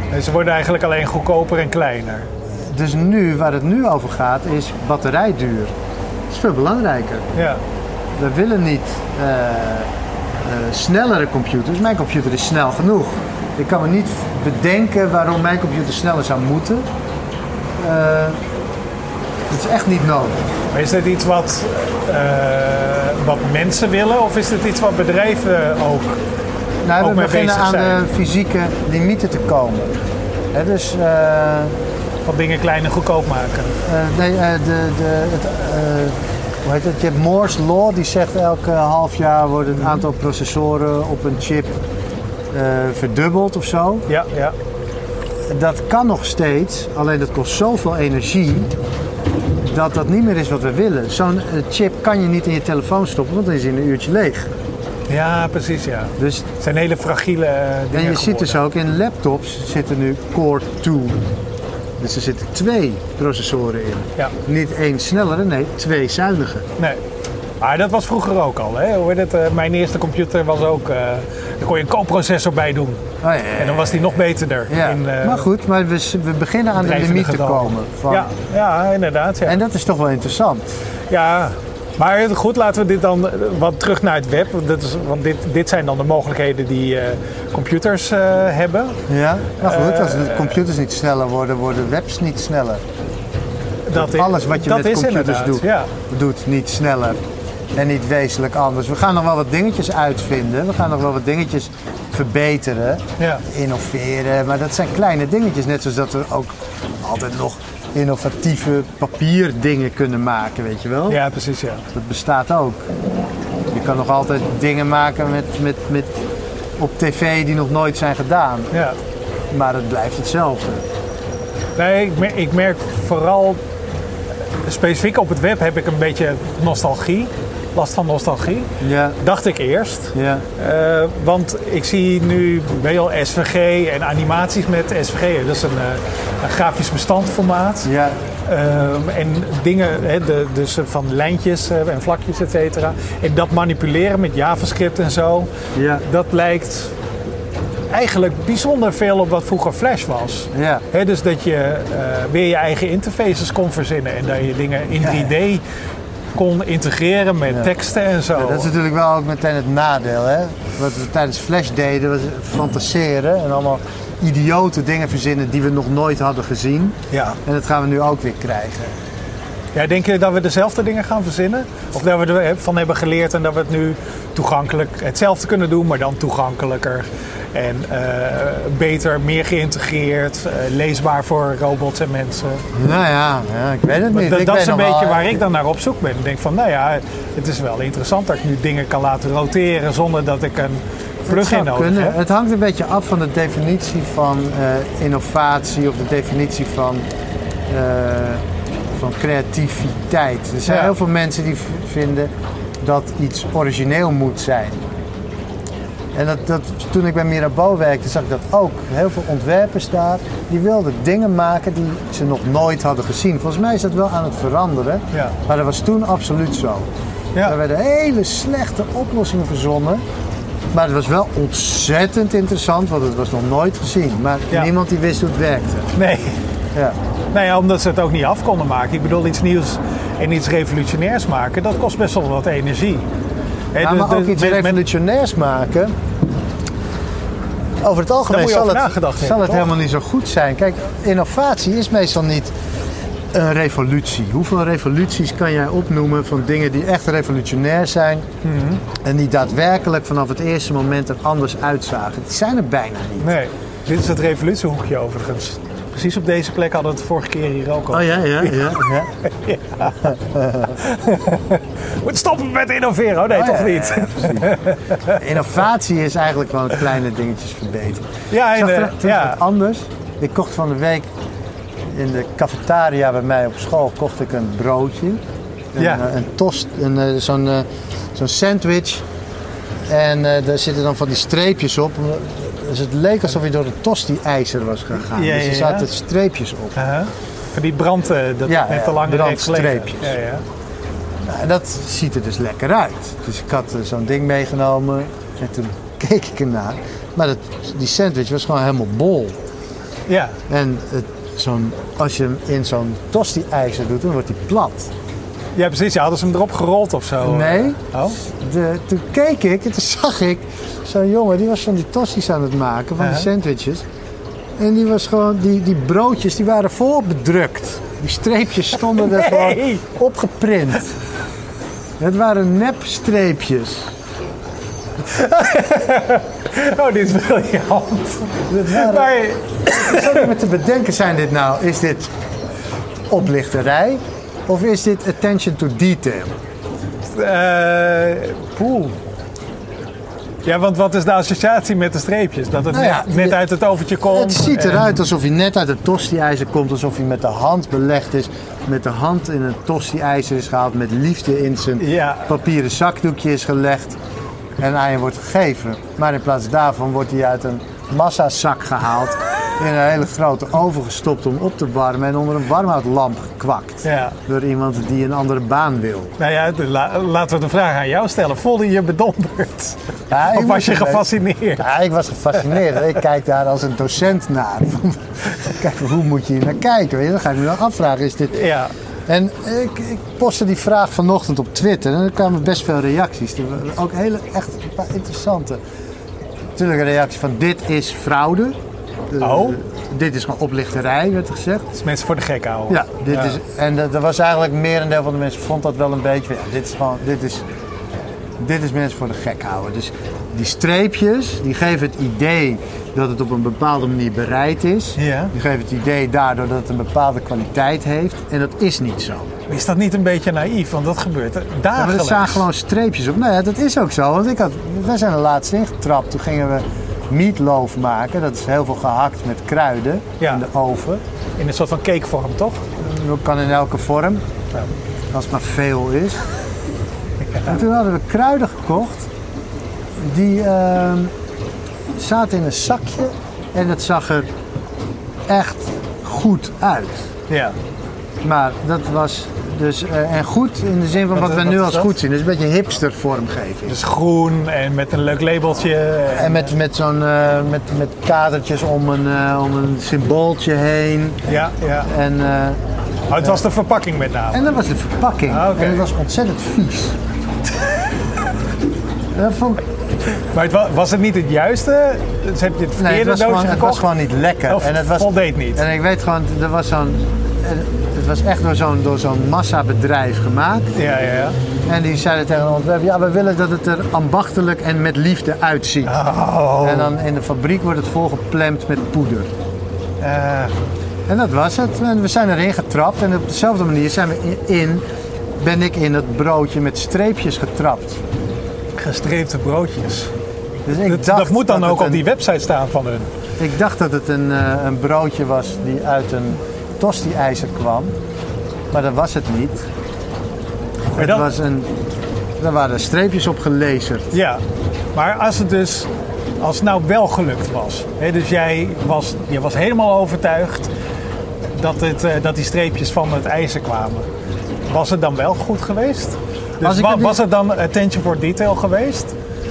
En ze worden eigenlijk alleen goedkoper en kleiner. Dus nu, waar het nu over gaat, is batterijduur. Dat is veel belangrijker. Ja. We willen niet uh, uh, snellere computers. Mijn computer is snel genoeg. Ik kan me niet bedenken waarom mijn computer sneller zou moeten. Uh, dat is echt niet nodig. Maar is dit iets wat, uh, wat mensen willen of is dit iets wat bedrijven ook, nou, ook we mee beginnen bezig aan zijn? de fysieke limieten te komen. He, dus, uh, van dingen klein en goedkoop maken. Uh, nee, uh, de, de, het, uh, hoe heet het? Je hebt Moore's Law, die zegt elke half jaar wordt het aantal processoren op een chip uh, verdubbeld of zo. Ja, ja. Dat kan nog steeds, alleen dat kost zoveel energie dat dat niet meer is wat we willen. Zo'n uh, chip kan je niet in je telefoon stoppen, want dan is hij in een uurtje leeg. Ja, precies, ja. Dus, het zijn hele fragiele uh, dingen En je geworden. ziet dus ook in laptops zitten nu Core twee. Dus er zitten twee processoren in. Ja. Niet één snellere, nee, twee zuinige. Nee. Maar dat was vroeger ook al. Hè? Hoe heet het? Uh, mijn eerste computer was ook... Uh, daar kon je een koopprocessor bij doen. Oh, ja, ja, ja. En dan was die nog beter. Ja. In, uh, maar goed, maar we, we beginnen aan de limiet te komen. Van... Ja, ja, inderdaad. Ja. En dat is toch wel interessant. Ja, maar goed, laten we dit dan wat terug naar het web. Dat is, want dit, dit zijn dan de mogelijkheden die uh, computers uh, hebben. Ja, maar goed, als de computers niet sneller worden, worden webs niet sneller. Dat is, Alles wat je dat met computers doet, ja. doet niet sneller. En niet wezenlijk anders. We gaan nog wel wat dingetjes uitvinden. We gaan nog wel wat dingetjes verbeteren. Ja. Innoveren. Maar dat zijn kleine dingetjes. Net zoals dat we ook altijd nog innovatieve papierdingen kunnen maken. Weet je wel? Ja, precies. Ja. Dat bestaat ook. Je kan nog altijd dingen maken met, met, met op tv die nog nooit zijn gedaan. Ja. Maar het blijft hetzelfde. Nee, ik merk, ik merk vooral... Specifiek op het web heb ik een beetje nostalgie. Last van nostalgie. Ja. Dacht ik eerst. Ja. Uh, want ik zie nu wel S V G en animaties met S V G. Dat is een, uh, een grafisch bestandformaat. Ja. Uh, en dingen, hè, de, dus van lijntjes uh, en vlakjes, et cetera. En dat manipuleren met JavaScript en zo. Ja. Dat lijkt eigenlijk bijzonder veel op wat vroeger Flash was. Ja. He, dus dat je uh, weer je eigen interfaces kon verzinnen en dat je dingen in drie D ja. kon integreren met ja. teksten en zo. Ja, dat is natuurlijk wel ook meteen het nadeel. Hè? Wat we tijdens Flash deden, was fantaseren en allemaal idiote dingen verzinnen die we nog nooit hadden gezien. Ja. En dat gaan we nu ook weer krijgen. Ja, denk je dat we dezelfde dingen gaan verzinnen? Of dat we ervan hebben geleerd en dat we het nu toegankelijk hetzelfde kunnen doen, maar dan toegankelijker en uh, beter, meer geïntegreerd, uh, leesbaar voor robots en mensen? Nou ja, ja ik weet het niet. Dat, ik dat weet is een nog beetje wel, waar ik dan naar op zoek ben. Ik denk van, nou ja, het is wel interessant dat ik nu dingen kan laten roteren zonder dat ik een plugin nodig kunnen. heb. Het hangt een beetje af van de definitie van uh, innovatie of de definitie van... Uh, van creativiteit. Er zijn ja. heel veel mensen die v- vinden dat iets origineel moet zijn. En dat, dat, toen ik bij Mirabeau werkte, zag ik dat ook. Heel veel ontwerpers daar, die wilden dingen maken die ze nog nooit hadden gezien. Volgens mij is dat wel aan het veranderen, ja. maar dat was toen absoluut zo. Ja. Er werden hele slechte oplossingen verzonnen, maar het was wel ontzettend interessant, want het was nog nooit gezien. Maar ja. niemand die wist hoe het werkte. Nee. Ja. Nou ja, omdat ze het ook niet af konden maken. Ik bedoel, iets nieuws en iets revolutionairs maken, dat kost best wel wat energie. He, ja, maar de, ook de, iets met, revolutionairs maken, over het algemeen zal het, zal het helemaal niet zo goed zijn. Kijk, innovatie is meestal niet een revolutie. Hoeveel revoluties kan jij opnoemen van dingen die echt revolutionair zijn mm-hmm. en die daadwerkelijk vanaf het eerste moment er anders uitzagen? Die zijn er bijna niet. Nee, dit is het revolutiehoekje overigens. Precies op deze plek hadden we het vorige keer hier ook al. Oh ja, ja, ja. ja. ja. Moet stoppen met innoveren, oh nee, oh, toch ja, niet. Ja, innovatie is eigenlijk gewoon kleine dingetjes verbeteren. Ja, in de, ja. wat anders. Ik kocht van de week in de cafetaria bij mij op school kocht ik een broodje. Een, ja. een, een tost, een, zo'n, zo'n sandwich. En uh, daar zitten dan van die streepjes op. Dus het leek alsof je door de tosti-ijzer was gegaan. Ja, ja, ja. Dus er zaten streepjes op. Uh-huh. Van die brand, uh, dat ja, net te lang heeft gelegen. Ja, ja. Nou, dat ziet er dus lekker uit. Dus ik had uh, zo'n ding meegenomen en toen keek ik ernaar. Maar dat, die sandwich was gewoon helemaal bol. Ja. En het, zo'n, als je hem in zo'n tosti-ijzer doet, dan wordt hij plat. Ja, precies. Ja, hadden ze hem erop gerold of zo? Nee. Oh? De, toen keek ik en toen zag ik zo'n jongen, die was van die tosti's aan het maken, van Uh-huh. die sandwiches. En die was gewoon, die, die broodjes, die waren vol bedrukt. Die streepjes stonden er gewoon Nee. opgeprint. Het waren nepstreepjes. Oh, dit is briljant. Het waren, Maar, ik zat me te bedenken, zijn dit nou, is dit oplichterij of is dit attention to detail? eh poeh. Ja, want wat is de associatie met de streepjes? Dat het Nou ja, net, net je- uit het overtje komt? Het ziet en- eruit alsof hij net uit het tosti-ijzer komt, alsof hij met de hand belegd is, met de hand in een tosti-ijzer is gehaald, met liefde in zijn Ja. papieren zakdoekje is gelegd en aan je wordt gegeven. Maar in plaats daarvan wordt hij uit een massazak gehaald, in een hele grote oven gestopt om op te warmen en onder een warmhoutlamp gekwakt. Ja. Door iemand die een andere baan wil. Nou ja, de- la- laten we de vraag aan jou stellen. Voelde je je bedonderd? Ja, ik Of was moest je een beetje- gefascineerd? Ja, ik was gefascineerd. Ik kijk daar als een docent naar. Kijk, hoe moet je hier naar kijken? Weet je? Dan ga ik me dan afvragen, is dit... Ja. En ik, ik postte die vraag vanochtend op Twitter en er kwamen best veel reacties. Er waren ook hele, echt een paar interessante. Natuurlijk een reactie van dit is fraude. Uh, Oh. Dit is gewoon oplichterij, werd er gezegd. Dat is mensen voor de gek houden. Ja, dit Ja. is, en dat, dat was eigenlijk merendeel van de mensen vond dat wel een beetje van, ja, dit is gewoon, dit is, dit is mensen voor de gek houden. Dus die streepjes, die geven het idee dat het op een bepaalde manier bereid is. Ja. Die geven het idee daardoor dat het een bepaalde kwaliteit heeft. En dat is niet zo. Is dat niet een beetje naïef? Want dat gebeurt er Ja, maar dagelijks. er staan gewoon streepjes op. Nou ja, dat is ook zo. Want ik had, wij zijn er laatst ingetrapt. Toen gingen we meatloaf maken. Dat is heel veel gehakt met kruiden Ja. in de oven. In een soort van cakevorm, toch? Dat kan in elke vorm. Ja. Als het maar veel is. En toen hadden we kruiden gekocht. Die ehm, zaten in een zakje. En het zag er echt goed uit. Ja. Maar dat was dus... eh, en goed in de zin van Wat- wat we wat nu is als dat? goed zien. Dus een beetje hipster vormgeving. Dus groen en met een leuk labeltje. En met, met zo'n eh, met, met kadertjes om een, eh, om een symbooltje heen. Ja, ja. En, eh, Oh, het was de verpakking met name. en dat was de verpakking. Ah, oké. En het was ontzettend vies. Dat vond ik- Maar het wa- was het niet het juiste? Dus heb je het nee, verkeerde het was, doosje gewoon, het gekocht? was gewoon niet lekker. Of en het was, voldeed niet? En ik weet gewoon, er was zo'n, het was echt door zo'n, door zo'n massabedrijf gemaakt. Ja, ja, ja. En die zeiden tegen de ontwerper, ja, we willen dat het er ambachtelijk en met liefde uitziet. Oh. En dan in de fabriek wordt het volgeplemd met poeder. Eh, En dat was het. En we zijn erin getrapt. En op dezelfde manier zijn we in, ben ik in het broodje met streepjes getrapt. gestreepte broodjes. Dus ik Dat, dacht dat moet dan dat ook het op die een, website staan van hun. Ik dacht dat het een, eh, een broodje was die uit een tosti-ijzer kwam. Maar dat was het niet. Maar Het dat, was een, daar waren streepjes op gelezerd. Ja, maar als het dus, als het nou wel gelukt was. Hè, dus jij was, je was helemaal overtuigd dat, het, eh, dat die streepjes van het ijzer kwamen. Was het dan wel goed geweest? Dus Als ik wa- het niet- was het dan attention for detail geweest?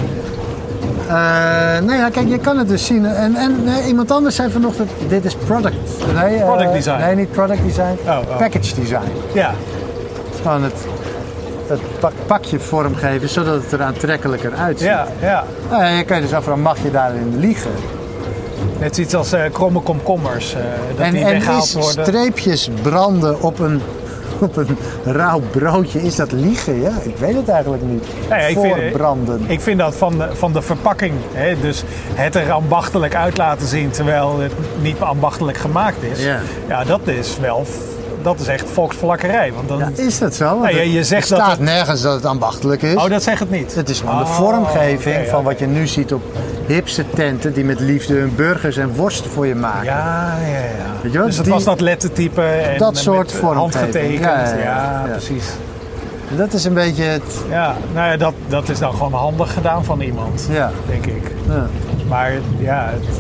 Uh, nou ja, kijk, je kan het dus zien. En, en nee, iemand anders zei vanochtend, dit is product. Nee, eh, Product design. Nee, niet product design. Oh, oh. Package design. Ja, Het is gewoon het, het pak- pakje vormgeven zodat het er aantrekkelijker uitziet. ja, ja. Nou ja, je kan je dus afvragen, mag je daarin liegen? Net zoiets als eh, kromme komkommers. eh, dat en die en weggehaald is worden. streepjes branden op een, op een rauw broodje, is dat liegen? Ja, ik weet het eigenlijk niet. Nou ja, ik vind- Voorbranden. Ik vind dat van de, van de verpakking. Hè, dus het er ambachtelijk uit laten zien terwijl het niet ambachtelijk gemaakt is. Ja. Ja, dat is wel... Dat is echt volksvlakkerij. Want dan... Ja, is dat zo? Want Nou ja, het- je zegt er dat staat het- nergens dat het ambachtelijk is. Oh, dat zegt het niet. Het is gewoon de Oh, vormgeving oké, van oké. wat je nu ziet op hipste tenten die met liefde hun burgers en worsten voor je maken. Ja, ja, ja. Weet je wel, Dus het die- was dat lettertype en Dat met soort vormgeving. handgetekend. Ja, Ja, ja, ja. Ja. precies. Dat is een beetje het. Ja, nou ja, dat, dat is dan gewoon handig gedaan van iemand, Ja. denk ik. Ja. Maar ja, het,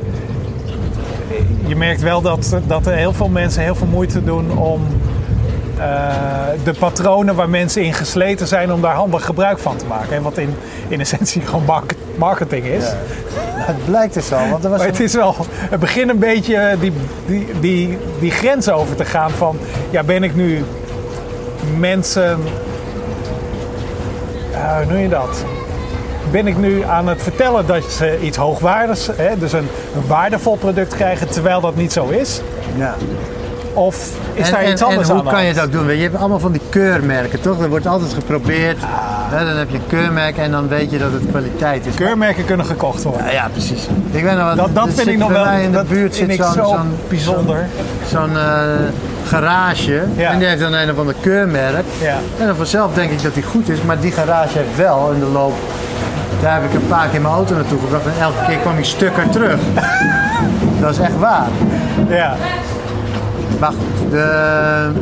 eh, je merkt wel dat, dat er heel veel mensen heel veel moeite doen om uh, de patronen waar mensen in gesleten zijn om daar handig gebruik van te maken. Hè? Wat in, in essentie gewoon market, marketing is. Ja. Het blijkt dus al. Want er was maar een... het is wel, het begint een beetje die, die, die, die grens over te gaan van, ja, ben ik nu mensen, uh, hoe noem je dat? Ben ik nu aan het vertellen dat ze iets hoogwaardigs, hè, dus een, een waardevol product krijgen, terwijl dat niet zo is? Ja. Of is en, daar en, iets anders en aan? En hoe kan je het ook doen? Je hebt allemaal van die keurmerken, toch? Er wordt altijd geprobeerd. Ah. Hè, dan heb je een keurmerk en dan weet je dat het kwaliteit is. Keurmerken kunnen gekocht worden. Ja, ja precies. Ik weet nog wat, dat dat vind ik nog wel. In de dat buurt zit zo'n, zo zo'n bijzonder. Zo'n, zo'n uh, garage. Ja. En die heeft dan een of ander keurmerk. Ja. En dan vanzelf denk ik dat die goed is, maar die garage heeft wel in de loop. Daar heb ik een paar keer mijn auto naartoe gebracht en elke keer kwam die stukker terug. Dat is echt waar. Ja. Maar goed, de...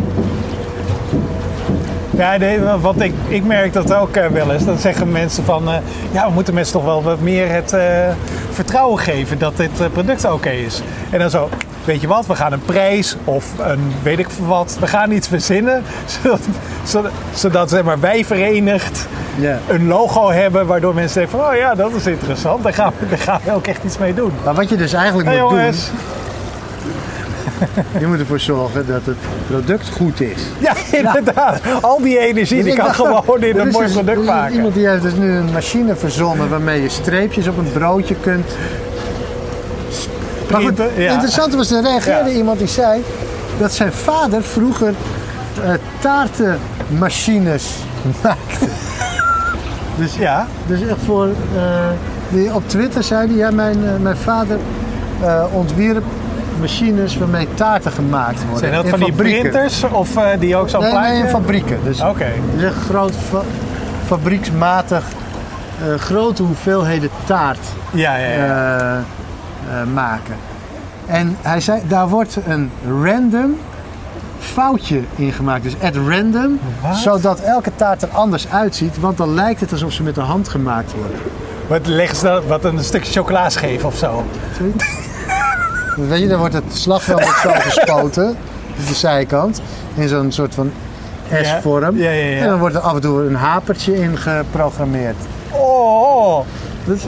Ja, nee, wat ik, ik merk dat ook uh, wel eens. Dan zeggen mensen van, uh, ja, we moeten mensen toch wel wat meer het uh, vertrouwen geven dat dit uh, product oké okay is. En dan zo, weet je wat, we gaan een prijs of een weet ik wat, we gaan iets verzinnen, zodat, zodat, zodat zeg maar, wij verenigd yeah. een logo hebben waardoor mensen denken van, oh ja, dat is interessant, daar gaan we, daar gaan we ook echt iets mee doen. Maar wat je dus eigenlijk hey, moet jongens. doen... Je moet ervoor zorgen dat het product goed is. Ja, inderdaad. Ja. Al die energie, die kan gewoon in een mooi dus, product maken. Iemand die heeft dus nu een machine verzonnen waarmee je streepjes op een broodje kunt... Maar goed, ja. Interessant was, er reageerde ja. iemand die zei dat zijn vader vroeger uh, taartenmachines maakte. Dus, ja. dus echt voor... Uh, die op Twitter zei hij, ja, mijn, uh, mijn vader uh, ontwierp machines waarmee taarten gemaakt worden. Zijn dat in van die fabrieken. printers of uh, die ook zo'n nee, plaatje? Nee, in fabrieken. Dus okay. Dus echt groot fa- fabrieksmatig uh, grote hoeveelheden taart ja, ja, ja. Uh, uh, maken. En hij zei, daar wordt een random foutje in gemaakt. Dus at random, Wat? zodat elke taart er anders uitziet, want dan lijkt het alsof ze met de hand gemaakt worden. Wat leggen ze dan, wat een stukje chocola scheef of zo? Weet je, dan wordt het slagveld zo gespoten, de zijkant, in zo'n soort van S-vorm. Ja, ja, ja, ja. En dan wordt er af en toe een hapertje in geprogrammeerd. Oh, oh. Dus...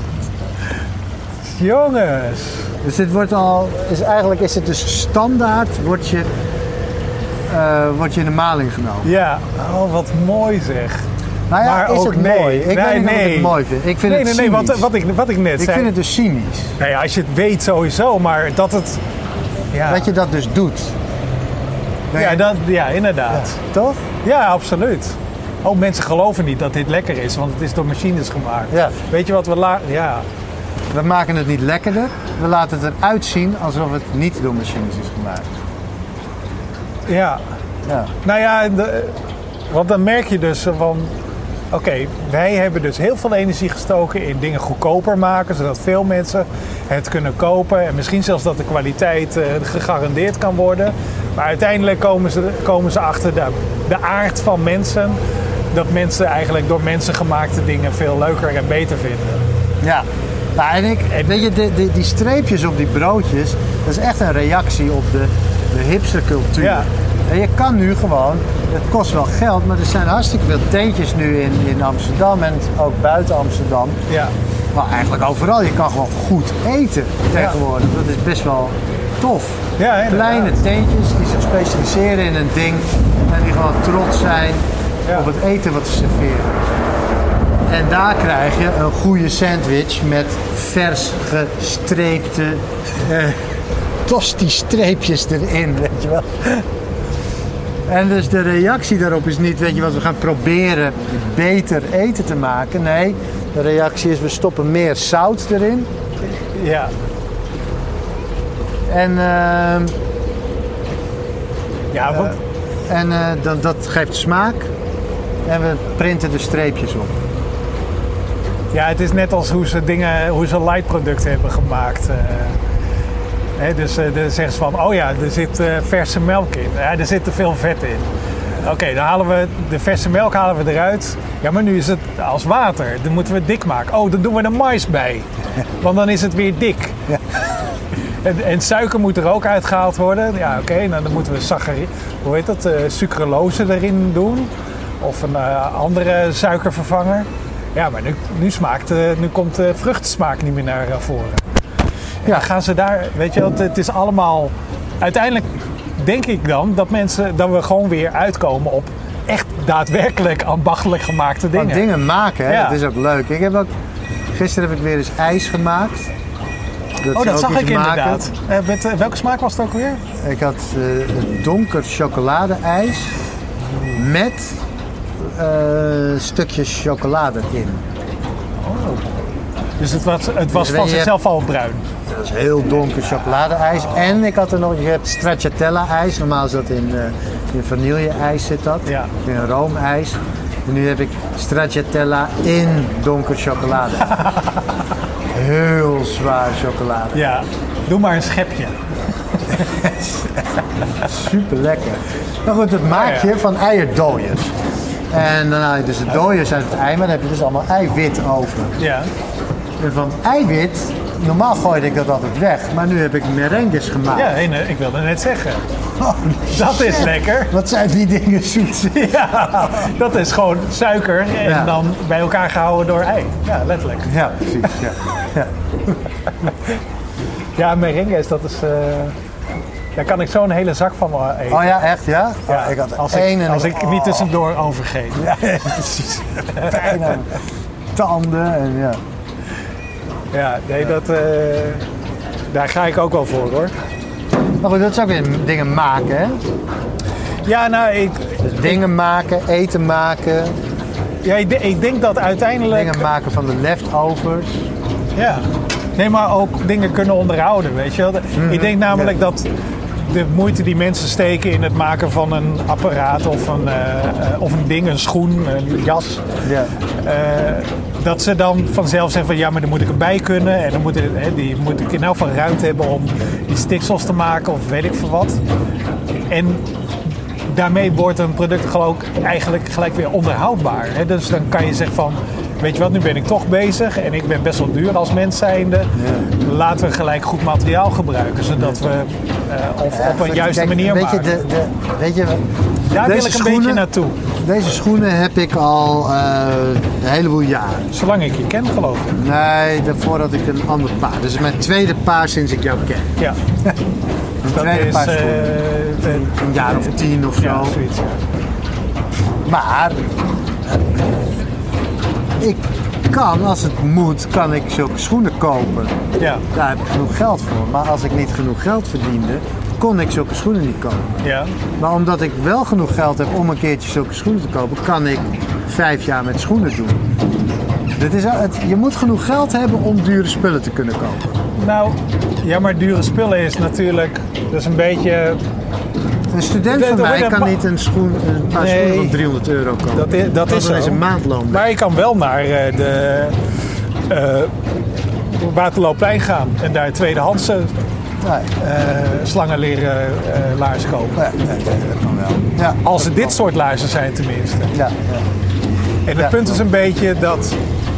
Jongens. Dus dit wordt al, is eigenlijk is het dus standaard, word je, uh, word je in de maling genomen. Ja, oh wat mooi zeg. Nou ja, maar is ook het nee. mooi? Ik nee, weet niet nee. of ik het mooi vind. Ik vind nee, het nee, nee, cynisch. wat, wat, ik, wat ik net ik zei. Ik vind het dus cynisch. Nou ja, als je het weet sowieso, maar dat het... Ja. Dat je dat dus doet. Nee. Ja, dat, ja, inderdaad. Ja. Toch? Ja, absoluut. Ook mensen geloven niet dat dit lekker is, want het is door machines gemaakt. Ja. Weet je wat we laten... Ja. We maken het niet lekkerder. We laten het eruit zien alsof het niet door machines is gemaakt. Ja. Ja. Nou ja, de, want dan merk je dus van... Oké, okay, wij hebben dus heel veel energie gestoken in dingen goedkoper maken, zodat veel mensen het kunnen kopen. En misschien zelfs dat de kwaliteit uh, gegarandeerd kan worden. Maar uiteindelijk komen ze, komen ze achter de, de aard van mensen. Dat mensen eigenlijk door mensen gemaakte dingen veel leuker en beter vinden. Ja. Nou, en ik, weet je, de, de, die streepjes op die broodjes, dat is echt een reactie op de, de hipstercultuur. Ja. En je kan nu gewoon, het kost wel geld, maar er zijn hartstikke veel tentjes nu in, in Amsterdam en ook buiten Amsterdam. Ja. Maar eigenlijk overal, je kan gewoon goed eten tegenwoordig. Ja. Dat is best wel tof. Ja, kleine tentjes die zich specialiseren in een ding en die gewoon trots zijn ja. op het eten wat ze serveren. En daar krijg je een goede sandwich met vers gestreepte uh, tosti-streepjes erin, weet je wel. En dus de reactie daarop is niet, weet je wat, we gaan proberen beter eten te maken. Nee, de reactie is, we stoppen meer zout erin. Ja. En, uh, ja, wat? Uh, en uh, dan, dat geeft smaak. En we printen de streepjes op. Ja, het is net als hoe ze dingen, hoe ze light producten hebben gemaakt. Uh, hè, dus uh, dan zeggen ze van, oh ja, er zit uh, verse melk in. Ja, er zit te veel vet in. Oké, okay, dan halen we de verse melk halen we eruit. Ja, maar nu is het als water. Dan moeten we het dik maken. Oh, dan doen we er mais bij. Want dan is het weer dik. Ja. En, en suiker moet er ook uitgehaald worden. Ja, oké, okay, nou, dan moeten we sacchari- hoe heet dat, uh, sucralose erin doen. Of een uh, andere suikervervanger. Ja, maar nu, nu, smaakt, uh, nu komt de vruchtensmaak niet meer naar uh, voren. Ja, gaan ze daar, weet je wel, het is allemaal... Uiteindelijk denk ik dan dat mensen, dat we gewoon weer uitkomen op echt daadwerkelijk ambachtelijk gemaakte dingen. Van dingen maken, hè? Ja. Dat is ook leuk. Ik heb ook, gisteren heb ik weer eens ijs gemaakt. Dat oh, dat zag ik inderdaad. Uh, met, uh, welke smaak was het ook weer? Ik had uh, donker chocolade-ijs met uh, stukjes chocolade in. Oh. Dus het was, het was dus van zichzelf al bruin? Dat is heel donker chocolade-ijs. Oh. En ik had er nog, je hebt stracciatella-ijs. Normaal is dat in, uh, in vanille-ijs zit dat. Ja. In roomijs. En nu heb ik stracciatella in donker chocolade. Heel zwaar chocolade. Ja, doe maar een schepje. Super lekker. Nou goed, dat maak je van eierdooiers. En dan haal je dus de dooiers uit het ei, maar dan heb je dus allemaal eiwit over. Ja. En van eiwit, normaal gooide ik dat altijd weg, maar nu heb ik merengues gemaakt. Ja, nee, ik wilde net zeggen. Oh, dat is lekker. Wat zijn die dingen zoet? Ja, dat is gewoon suiker en ja. dan bij elkaar gehouden door ei. Ja, letterlijk. Ja, precies. Ja, ja. Ja, merengues, dat is... Uh... Daar kan ik zo'n hele zak van eten. Oh ja, echt? Ja? Ja, oh, ik had als één ik, en als ik, ik oh. niet tussendoor overgeef. Ja, precies. Pijn aan tanden en ja. Ja, nee, dat... Uh, daar ga ik ook wel voor, hoor. Maar goed, dat is ook weer dingen maken, hè? Ja, nou, ik... Dus dingen maken, eten maken. Ja, ik, ik denk dat uiteindelijk... Dingen maken van de leftovers. Ja. Nee, maar ook dingen kunnen onderhouden, weet je wel. Mm-hmm. Ik denk namelijk ja. dat de moeite die mensen steken in het maken van een apparaat of een, uh, uh, of een ding, een schoen, een jas... Ja. Uh, dat ze dan vanzelf zeggen van ja, maar dan moet ik erbij kunnen en dan moet, hè, die, moet ik in elk geval ruimte hebben om die stiksels te maken of weet ik veel wat. En daarmee wordt een product geloof ik eigenlijk gelijk weer onderhoudbaar. Hè? Dus dan kan je zeggen van, weet je wat, nu ben ik toch bezig en ik ben best wel duur als mens zijnde. Ja. Laten we gelijk goed materiaal gebruiken, zodat we uh, of ja, op een juiste kijk, manier weet maken. Je, de, de, weet je, Daar wil ik een beetje naartoe. Deze schoenen heb ik al uh, een heleboel jaren. Zolang ik je ken, geloof ik. Nee, daarvoor had ik een ander paar. Dit is mijn tweede paar sinds ik jou ken. Ja. Een tweede paar schoenen. Uh, een jaar of tien of zo. Ja, zoiets, ja. Maar ik kan, als het moet, kan ik zulke schoenen kopen. Ja. Daar heb ik genoeg geld voor. Maar als ik niet genoeg geld verdiende, kon ik zulke schoenen niet kopen. Ja. Maar omdat ik wel genoeg geld heb om een keertje zulke schoenen te kopen, kan ik vijf jaar met schoenen doen. Dat is, het, je moet genoeg geld hebben om dure spullen te kunnen kopen. Nou, ja, maar dure spullen is natuurlijk, dat is een beetje... Een student de, van de, mij de, kan ma- niet een, schoen, een paar nee, schoenen van driehonderd euro kopen. Dat is, dat is een maandloon. Maar je kan wel naar uh, de uh, Waterloopplein gaan en daar tweedehandse nee. uh, slangenleren uh, laarzen kopen. Ja, ja, dat kan wel. Ja, Als het dit soort laarzen zijn tenminste. Ja, ja. En het ja, punt is een beetje dat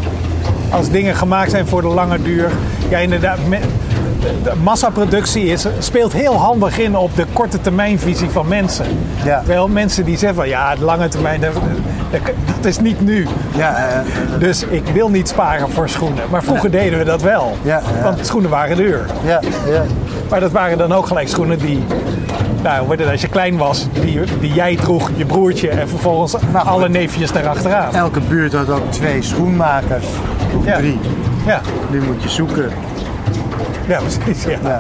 als dingen gemaakt zijn voor de lange duur, ja inderdaad, me, de massaproductie is, speelt heel handig in op de korte termijnvisie van mensen. Ja. Wel mensen die zeggen van ja, de lange termijn, dat, dat is niet nu. Ja, uh, dus ik wil niet sparen voor schoenen. Maar vroeger ja. deden we dat wel. Ja, ja. Want schoenen waren duur. Ja, ja. Maar dat waren dan ook gelijk schoenen die, nou, als je klein was, die, die jij droeg, je broertje en vervolgens nou, alle neefjes daarachteraan. Elke buurt had ook twee schoenmakers. Of ja. drie. Ja. Nu moet je zoeken. Ja, precies. Ja. Ja.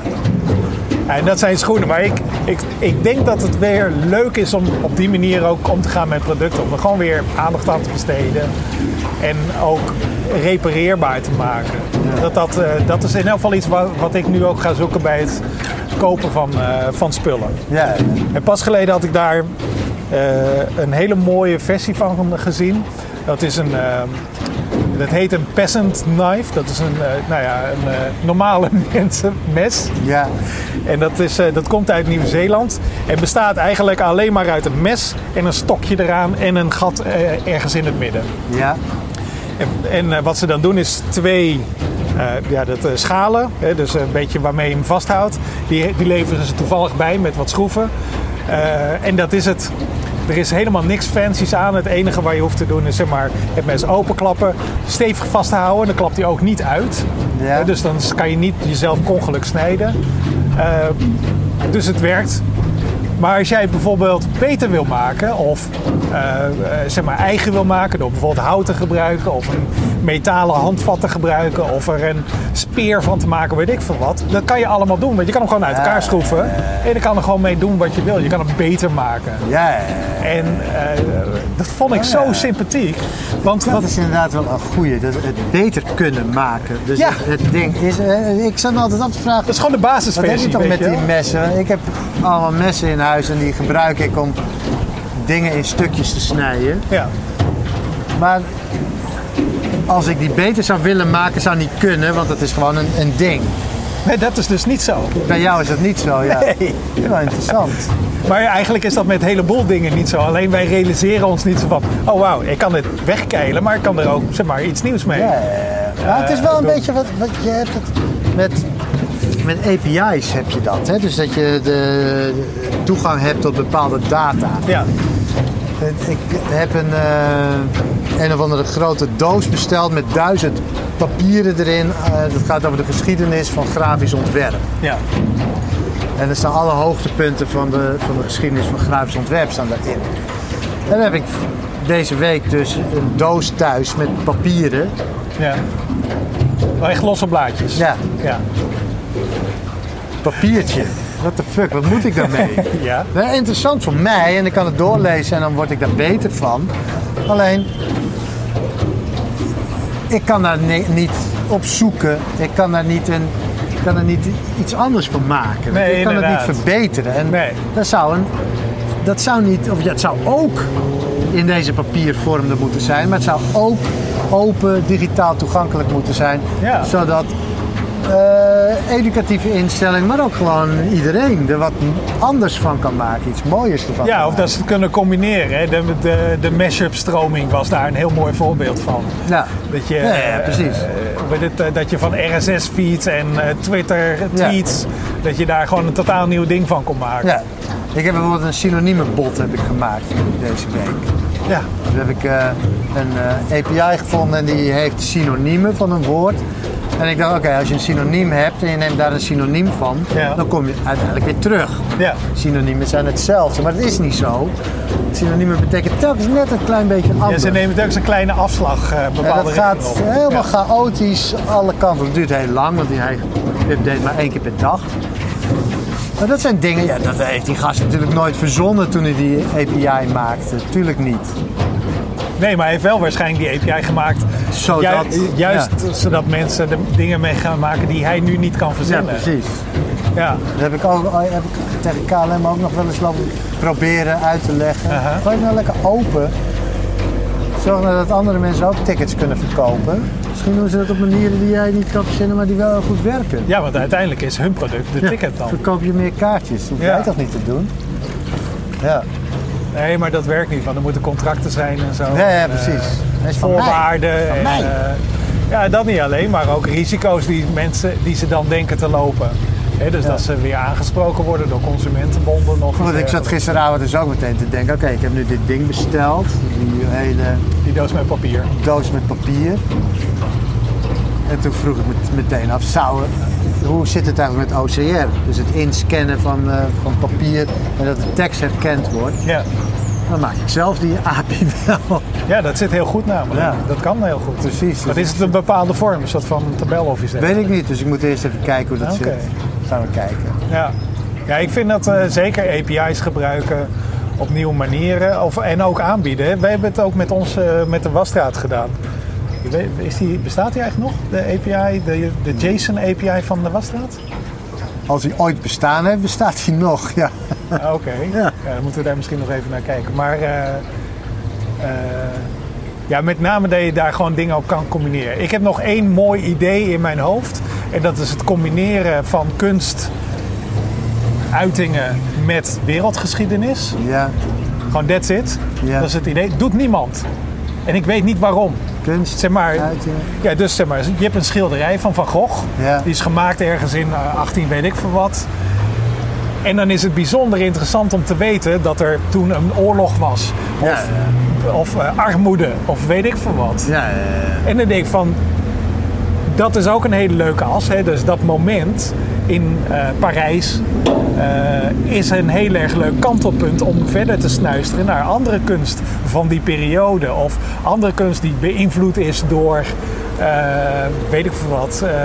En dat zijn schoenen. Maar ik, ik, ik denk dat het weer leuk is om op die manier ook om te gaan met producten. Om er gewoon weer aandacht aan te besteden. En ook repareerbaar te maken. Ja. Dat, dat, uh, dat is in elk geval iets wat, wat ik nu ook ga zoeken bij het kopen van, uh, van spullen. Ja. En pas geleden had ik daar uh, een hele mooie versie van gezien. Dat is een... Uh, Dat heet een peasant knife. Dat is een, uh, nou ja, een uh, normale mensenmes. Ja. En dat, is, uh, dat komt uit Nieuw-Zeeland. En bestaat eigenlijk alleen maar uit een mes en een stokje eraan en een gat uh, ergens in het midden. Ja. En, en uh, wat ze dan doen is twee Uh, ja, dat uh, schalen, hè, dus een beetje waarmee je hem vasthoudt, die, die leveren ze toevallig bij met wat schroeven. Uh, en dat is het. Er is helemaal niks fancy's aan. Het enige waar je hoeft te doen is zeg maar, het mes openklappen, stevig vasthouden. Dan klapt hij ook niet uit. Ja. Uh, dus dan kan je niet jezelf ongeluk snijden. Uh, dus het werkt. Maar als jij bijvoorbeeld beter wil maken of uh, zeg maar eigen wil maken door bijvoorbeeld hout te gebruiken of een metalen handvat te gebruiken of er een speer van te maken, weet ik veel wat. Dat kan je allemaal doen, want je kan hem gewoon uit elkaar schroeven en je kan er gewoon mee doen wat je wil. Je kan hem beter maken. Ja, ja, ja. En uh, dat vond ik oh, ja. zo sympathiek. Want dat wat is inderdaad wel een goeie, dat het beter kunnen maken. Dus ja. het, het ding is, uh, ik zat me altijd af te vragen. Dat is gewoon de basisversie. Wat heb je toch met die messen? Ik heb allemaal messen in huis en die gebruik ik om dingen in stukjes te snijden. Ja. Maar als ik die beter zou willen maken, zou niet kunnen, want dat is gewoon een, een ding. Nee, dat is dus niet zo. Bij jou is dat niet zo, ja. Nee. Wel interessant. Maar eigenlijk is dat met een heleboel dingen niet zo. Alleen wij realiseren ons niet zo van, oh wauw, ik kan dit wegkeilen, maar ik kan er ook zeg maar iets nieuws mee. Ja, ja, ja. Maar het is wel uh, een beetje wat, wat je hebt het met, met A P I's heb je dat, hè? Dus dat je de, de toegang hebt tot bepaalde data. Ja. Ik heb een, uh, een of andere grote doos besteld met duizend papieren erin. Uh, dat gaat over de geschiedenis van grafisch ontwerp. Ja. En er staan alle hoogtepunten van de, van de geschiedenis van grafisch ontwerp staan daarin. En dan heb ik deze week dus een doos thuis met papieren. Ja. Wel echt losse blaadjes. Ja. Ja. Papiertje. What the fuck, wat moet ik daarmee? Ja. Nou, interessant voor mij en ik kan het doorlezen en dan word ik daar beter van. Alleen, ik kan daar ne- niet op zoeken. Ik kan daar niet, een, ik kan er niet iets anders van maken. Nee, ik kan inderdaad. het niet verbeteren. En nee. dat, zou een, dat zou niet, of ja, het zou ook in deze papiervorm er moeten zijn, maar het zou ook open, digitaal toegankelijk moeten zijn. Ja. Zodat Uh, educatieve instelling, maar ook gewoon iedereen er wat anders van kan maken, iets mooiers ervan. Ja, kan of maken. dat ze het kunnen combineren. Hè. De, de, de mashup stroming was daar een heel mooi voorbeeld van. Ja, dat je, ja, ja precies. Uh, het, uh, dat je van R S S-feeds en uh, Twitter-tweets, ja. dat je daar gewoon een totaal nieuw ding van kon maken. Ja, ik heb bijvoorbeeld een synoniemenbot heb ik gemaakt deze week. Ja. Dan heb ik uh, een uh, A P I gevonden en die heeft synoniemen van een woord. En ik dacht, oké, okay, als je een synoniem hebt en je neemt daar een synoniem van, ja. dan kom je uiteindelijk weer terug. Ja. Synoniemen zijn hetzelfde, maar dat is niet zo. Synoniemen betekent telkens net een klein beetje anders. Ja, ze nemen telkens een kleine afslag uh, bepaalde ja, dat gaat op. helemaal ja. chaotisch alle kanten. Dat duurt heel lang, want hij update maar één keer per dag. Maar dat zijn dingen, ja, dat heeft die gast natuurlijk nooit verzonnen toen hij die A P I maakte. Tuurlijk niet. Nee, maar hij heeft wel waarschijnlijk die A P I gemaakt zodat, Ju- juist ja. zodat mensen er dingen mee gaan maken die hij nu niet kan verzinnen. Ja, precies. Ja. Dat heb ik, ook, heb ik tegen K L M ook nog wel eens lopen proberen uit te leggen. Uh-huh. Gooi het nou lekker open. Zorg nou dat andere mensen ook tickets kunnen verkopen. Misschien doen ze dat op manieren die jij niet kan verzinnen, maar die wel goed werken. Ja, want uiteindelijk is hun product de ja, ticket dan. Verkoop je meer kaartjes. Dat hoef ja. jij toch niet te doen? Ja. Nee, maar dat werkt niet, want er moeten contracten zijn en zo. Ja, ja precies. Uh, voorwaarden. Van mij. En, uh, ja, dat niet alleen, maar ook risico's die mensen die ze dan denken te lopen. He, dus ja. dat ze weer aangesproken worden door consumentenbonden. Of Goed, ik zat gisteravond dus ook meteen te denken, oké, okay, ik heb nu dit ding besteld. Die hele... Die doos met papier. Doos met papier. En toen vroeg ik me meteen af, zou, hoe zit het eigenlijk met O C R? Dus het inscannen van, uh, van papier en dat de tekst herkend wordt. Ja. Dan maak ik zelf die A P I wel. Ja, dat zit heel goed namelijk. Ja. Dat kan heel goed. Precies. Maar is het een bepaalde vorm? Een soort van tabel of iets? Weet ik niet, dus ik moet eerst even kijken hoe dat okay. zit. Gaan we kijken. Ja, ja ik vind dat uh, zeker A P I's gebruiken op nieuwe manieren of, en ook aanbieden. Wij hebben het ook met ons, uh, met de wasstraat gedaan. Is die, bestaat die eigenlijk nog, de A P I, de, de JSON A P I van de wasstraat? Als hij ooit bestaan heeft, bestaat hij nog, ja. Ah, Oké, okay. ja. ja, dan moeten we daar misschien nog even naar kijken. Maar uh, uh, ja, met name dat je daar gewoon dingen op kan combineren. Ik heb nog één mooi idee in mijn hoofd. En dat is het combineren van kunstuitingen met wereldgeschiedenis. Ja. Gewoon that's it. Ja. Dat is het idee. Doet niemand. En ik weet niet waarom. kunst. Zeg maar, uit, ja, dus zeg maar, je hebt een schilderij van Van Gogh. Ja. Die is gemaakt ergens in uh, achttien weet ik veel wat. En dan is het bijzonder interessant om te weten dat er toen een oorlog was. Of, Ja, ja. of uh, armoede, of weet ik veel wat. Ja, ja, ja. En dan denk ik van, dat is ook een hele leuke as. Hè? Dus dat moment in uh, Parijs uh, is een heel erg leuk kantelpunt om verder te snuisteren naar andere kunst van die periode. Of andere kunst die beïnvloed is door, uh, weet ik veel wat, uh, uh,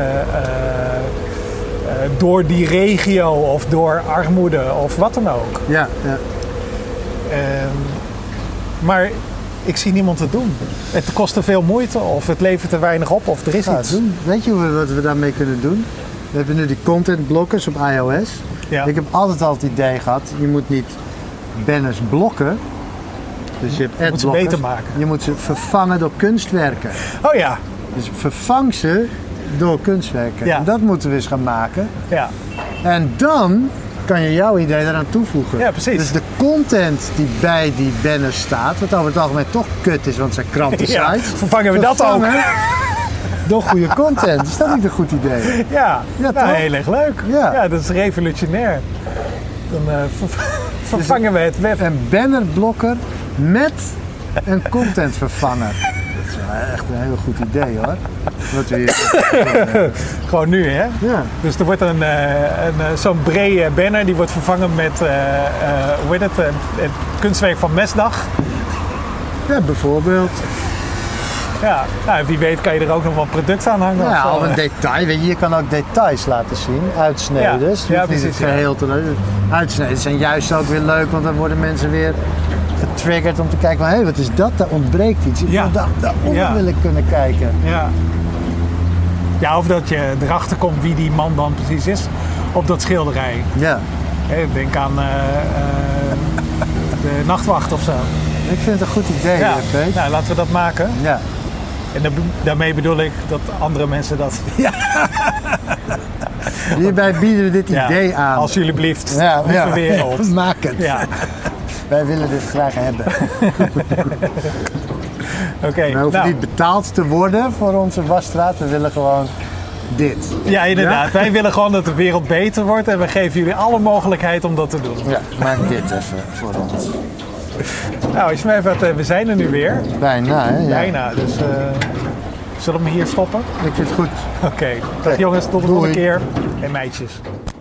uh, door die regio of door armoede of wat dan ook. Ja, ja. Uh, maar ik zie niemand het doen. Het kost te veel moeite of het levert te weinig op of er is Ja, iets. doen. Weet je wat we daarmee kunnen doen? We hebben nu die contentblokkers op iOS. Ja. Ik heb altijd al het idee gehad, je moet niet banners blokken. Dus je hebt Je moet ze adblockers. beter maken. Je moet ze vervangen door kunstwerken. Oh ja, Dus vervang ze door kunstwerken. Ja. En dat moeten we eens gaan maken. ja. En dan kan je jouw idee eraan toevoegen. Ja, precies. Dus de content die bij die banners staat, wat over het algemeen toch kut is, want het zijn krantensites. Ja, vervangen we dat ook? vervangen door goede content. Is dat niet een goed idee? Ja, Ja, nou, toch? heel erg leuk. Ja. Ja, dat is revolutionair. Dan uh, ver- vervangen we het web. Een bannerblokker met een contentvervanger. Dat is wel echt een heel goed idee hoor. Wat we hier... Gewoon nu, hè? Ja. Dus er wordt een, uh, een uh, zo'n brede banner, die wordt vervangen met, uh, uh, hoe heet het, uh, het kunstwerk van Mesdag. ja, bijvoorbeeld. Ja, nou, wie weet kan je er ook nog wat product aan hangen. Ja, of, of uh, een detail. Weet je, je kan ook details laten zien, uitsneden. Ja, Dus je ja, hoeft niet precies, het geheel te doen. Uitsneden zijn juist ook weer leuk, want dan worden mensen weer getriggerd om te kijken van, hé, hey, wat is dat? Daar ontbreekt iets. Ja. Daar, daaronder Ja. wil ik kunnen kijken. Ja. Ja, of dat je erachter komt wie die man dan precies is op dat schilderij. Ja, Hè, denk aan uh, uh, de nachtwacht of zo. ik vind het een goed idee, Ja, Peet. nou, laten we dat maken. Ja. En daar- daarmee bedoel ik dat andere mensen dat... Hierbij bieden we dit Ja, idee aan. als jullie blieft, ja, lieve ja. wereld. Maak het. Ja, Wij willen dit graag hebben. oké. We hoeven Nou, niet betaald te worden voor onze wasstraat. We willen gewoon dit. ja, inderdaad. Wij willen gewoon dat de wereld beter wordt en we geven jullie alle mogelijkheid om dat te doen. Ja, maak dit even voor ons. Nou, Ismaël, we zijn er nu weer. Bijna, hè? Ja. Bijna, dus uh, zullen we hem hier stoppen? Ik vind het goed. Oké, dag jongens, tot de Doei. volgende keer. En meisjes.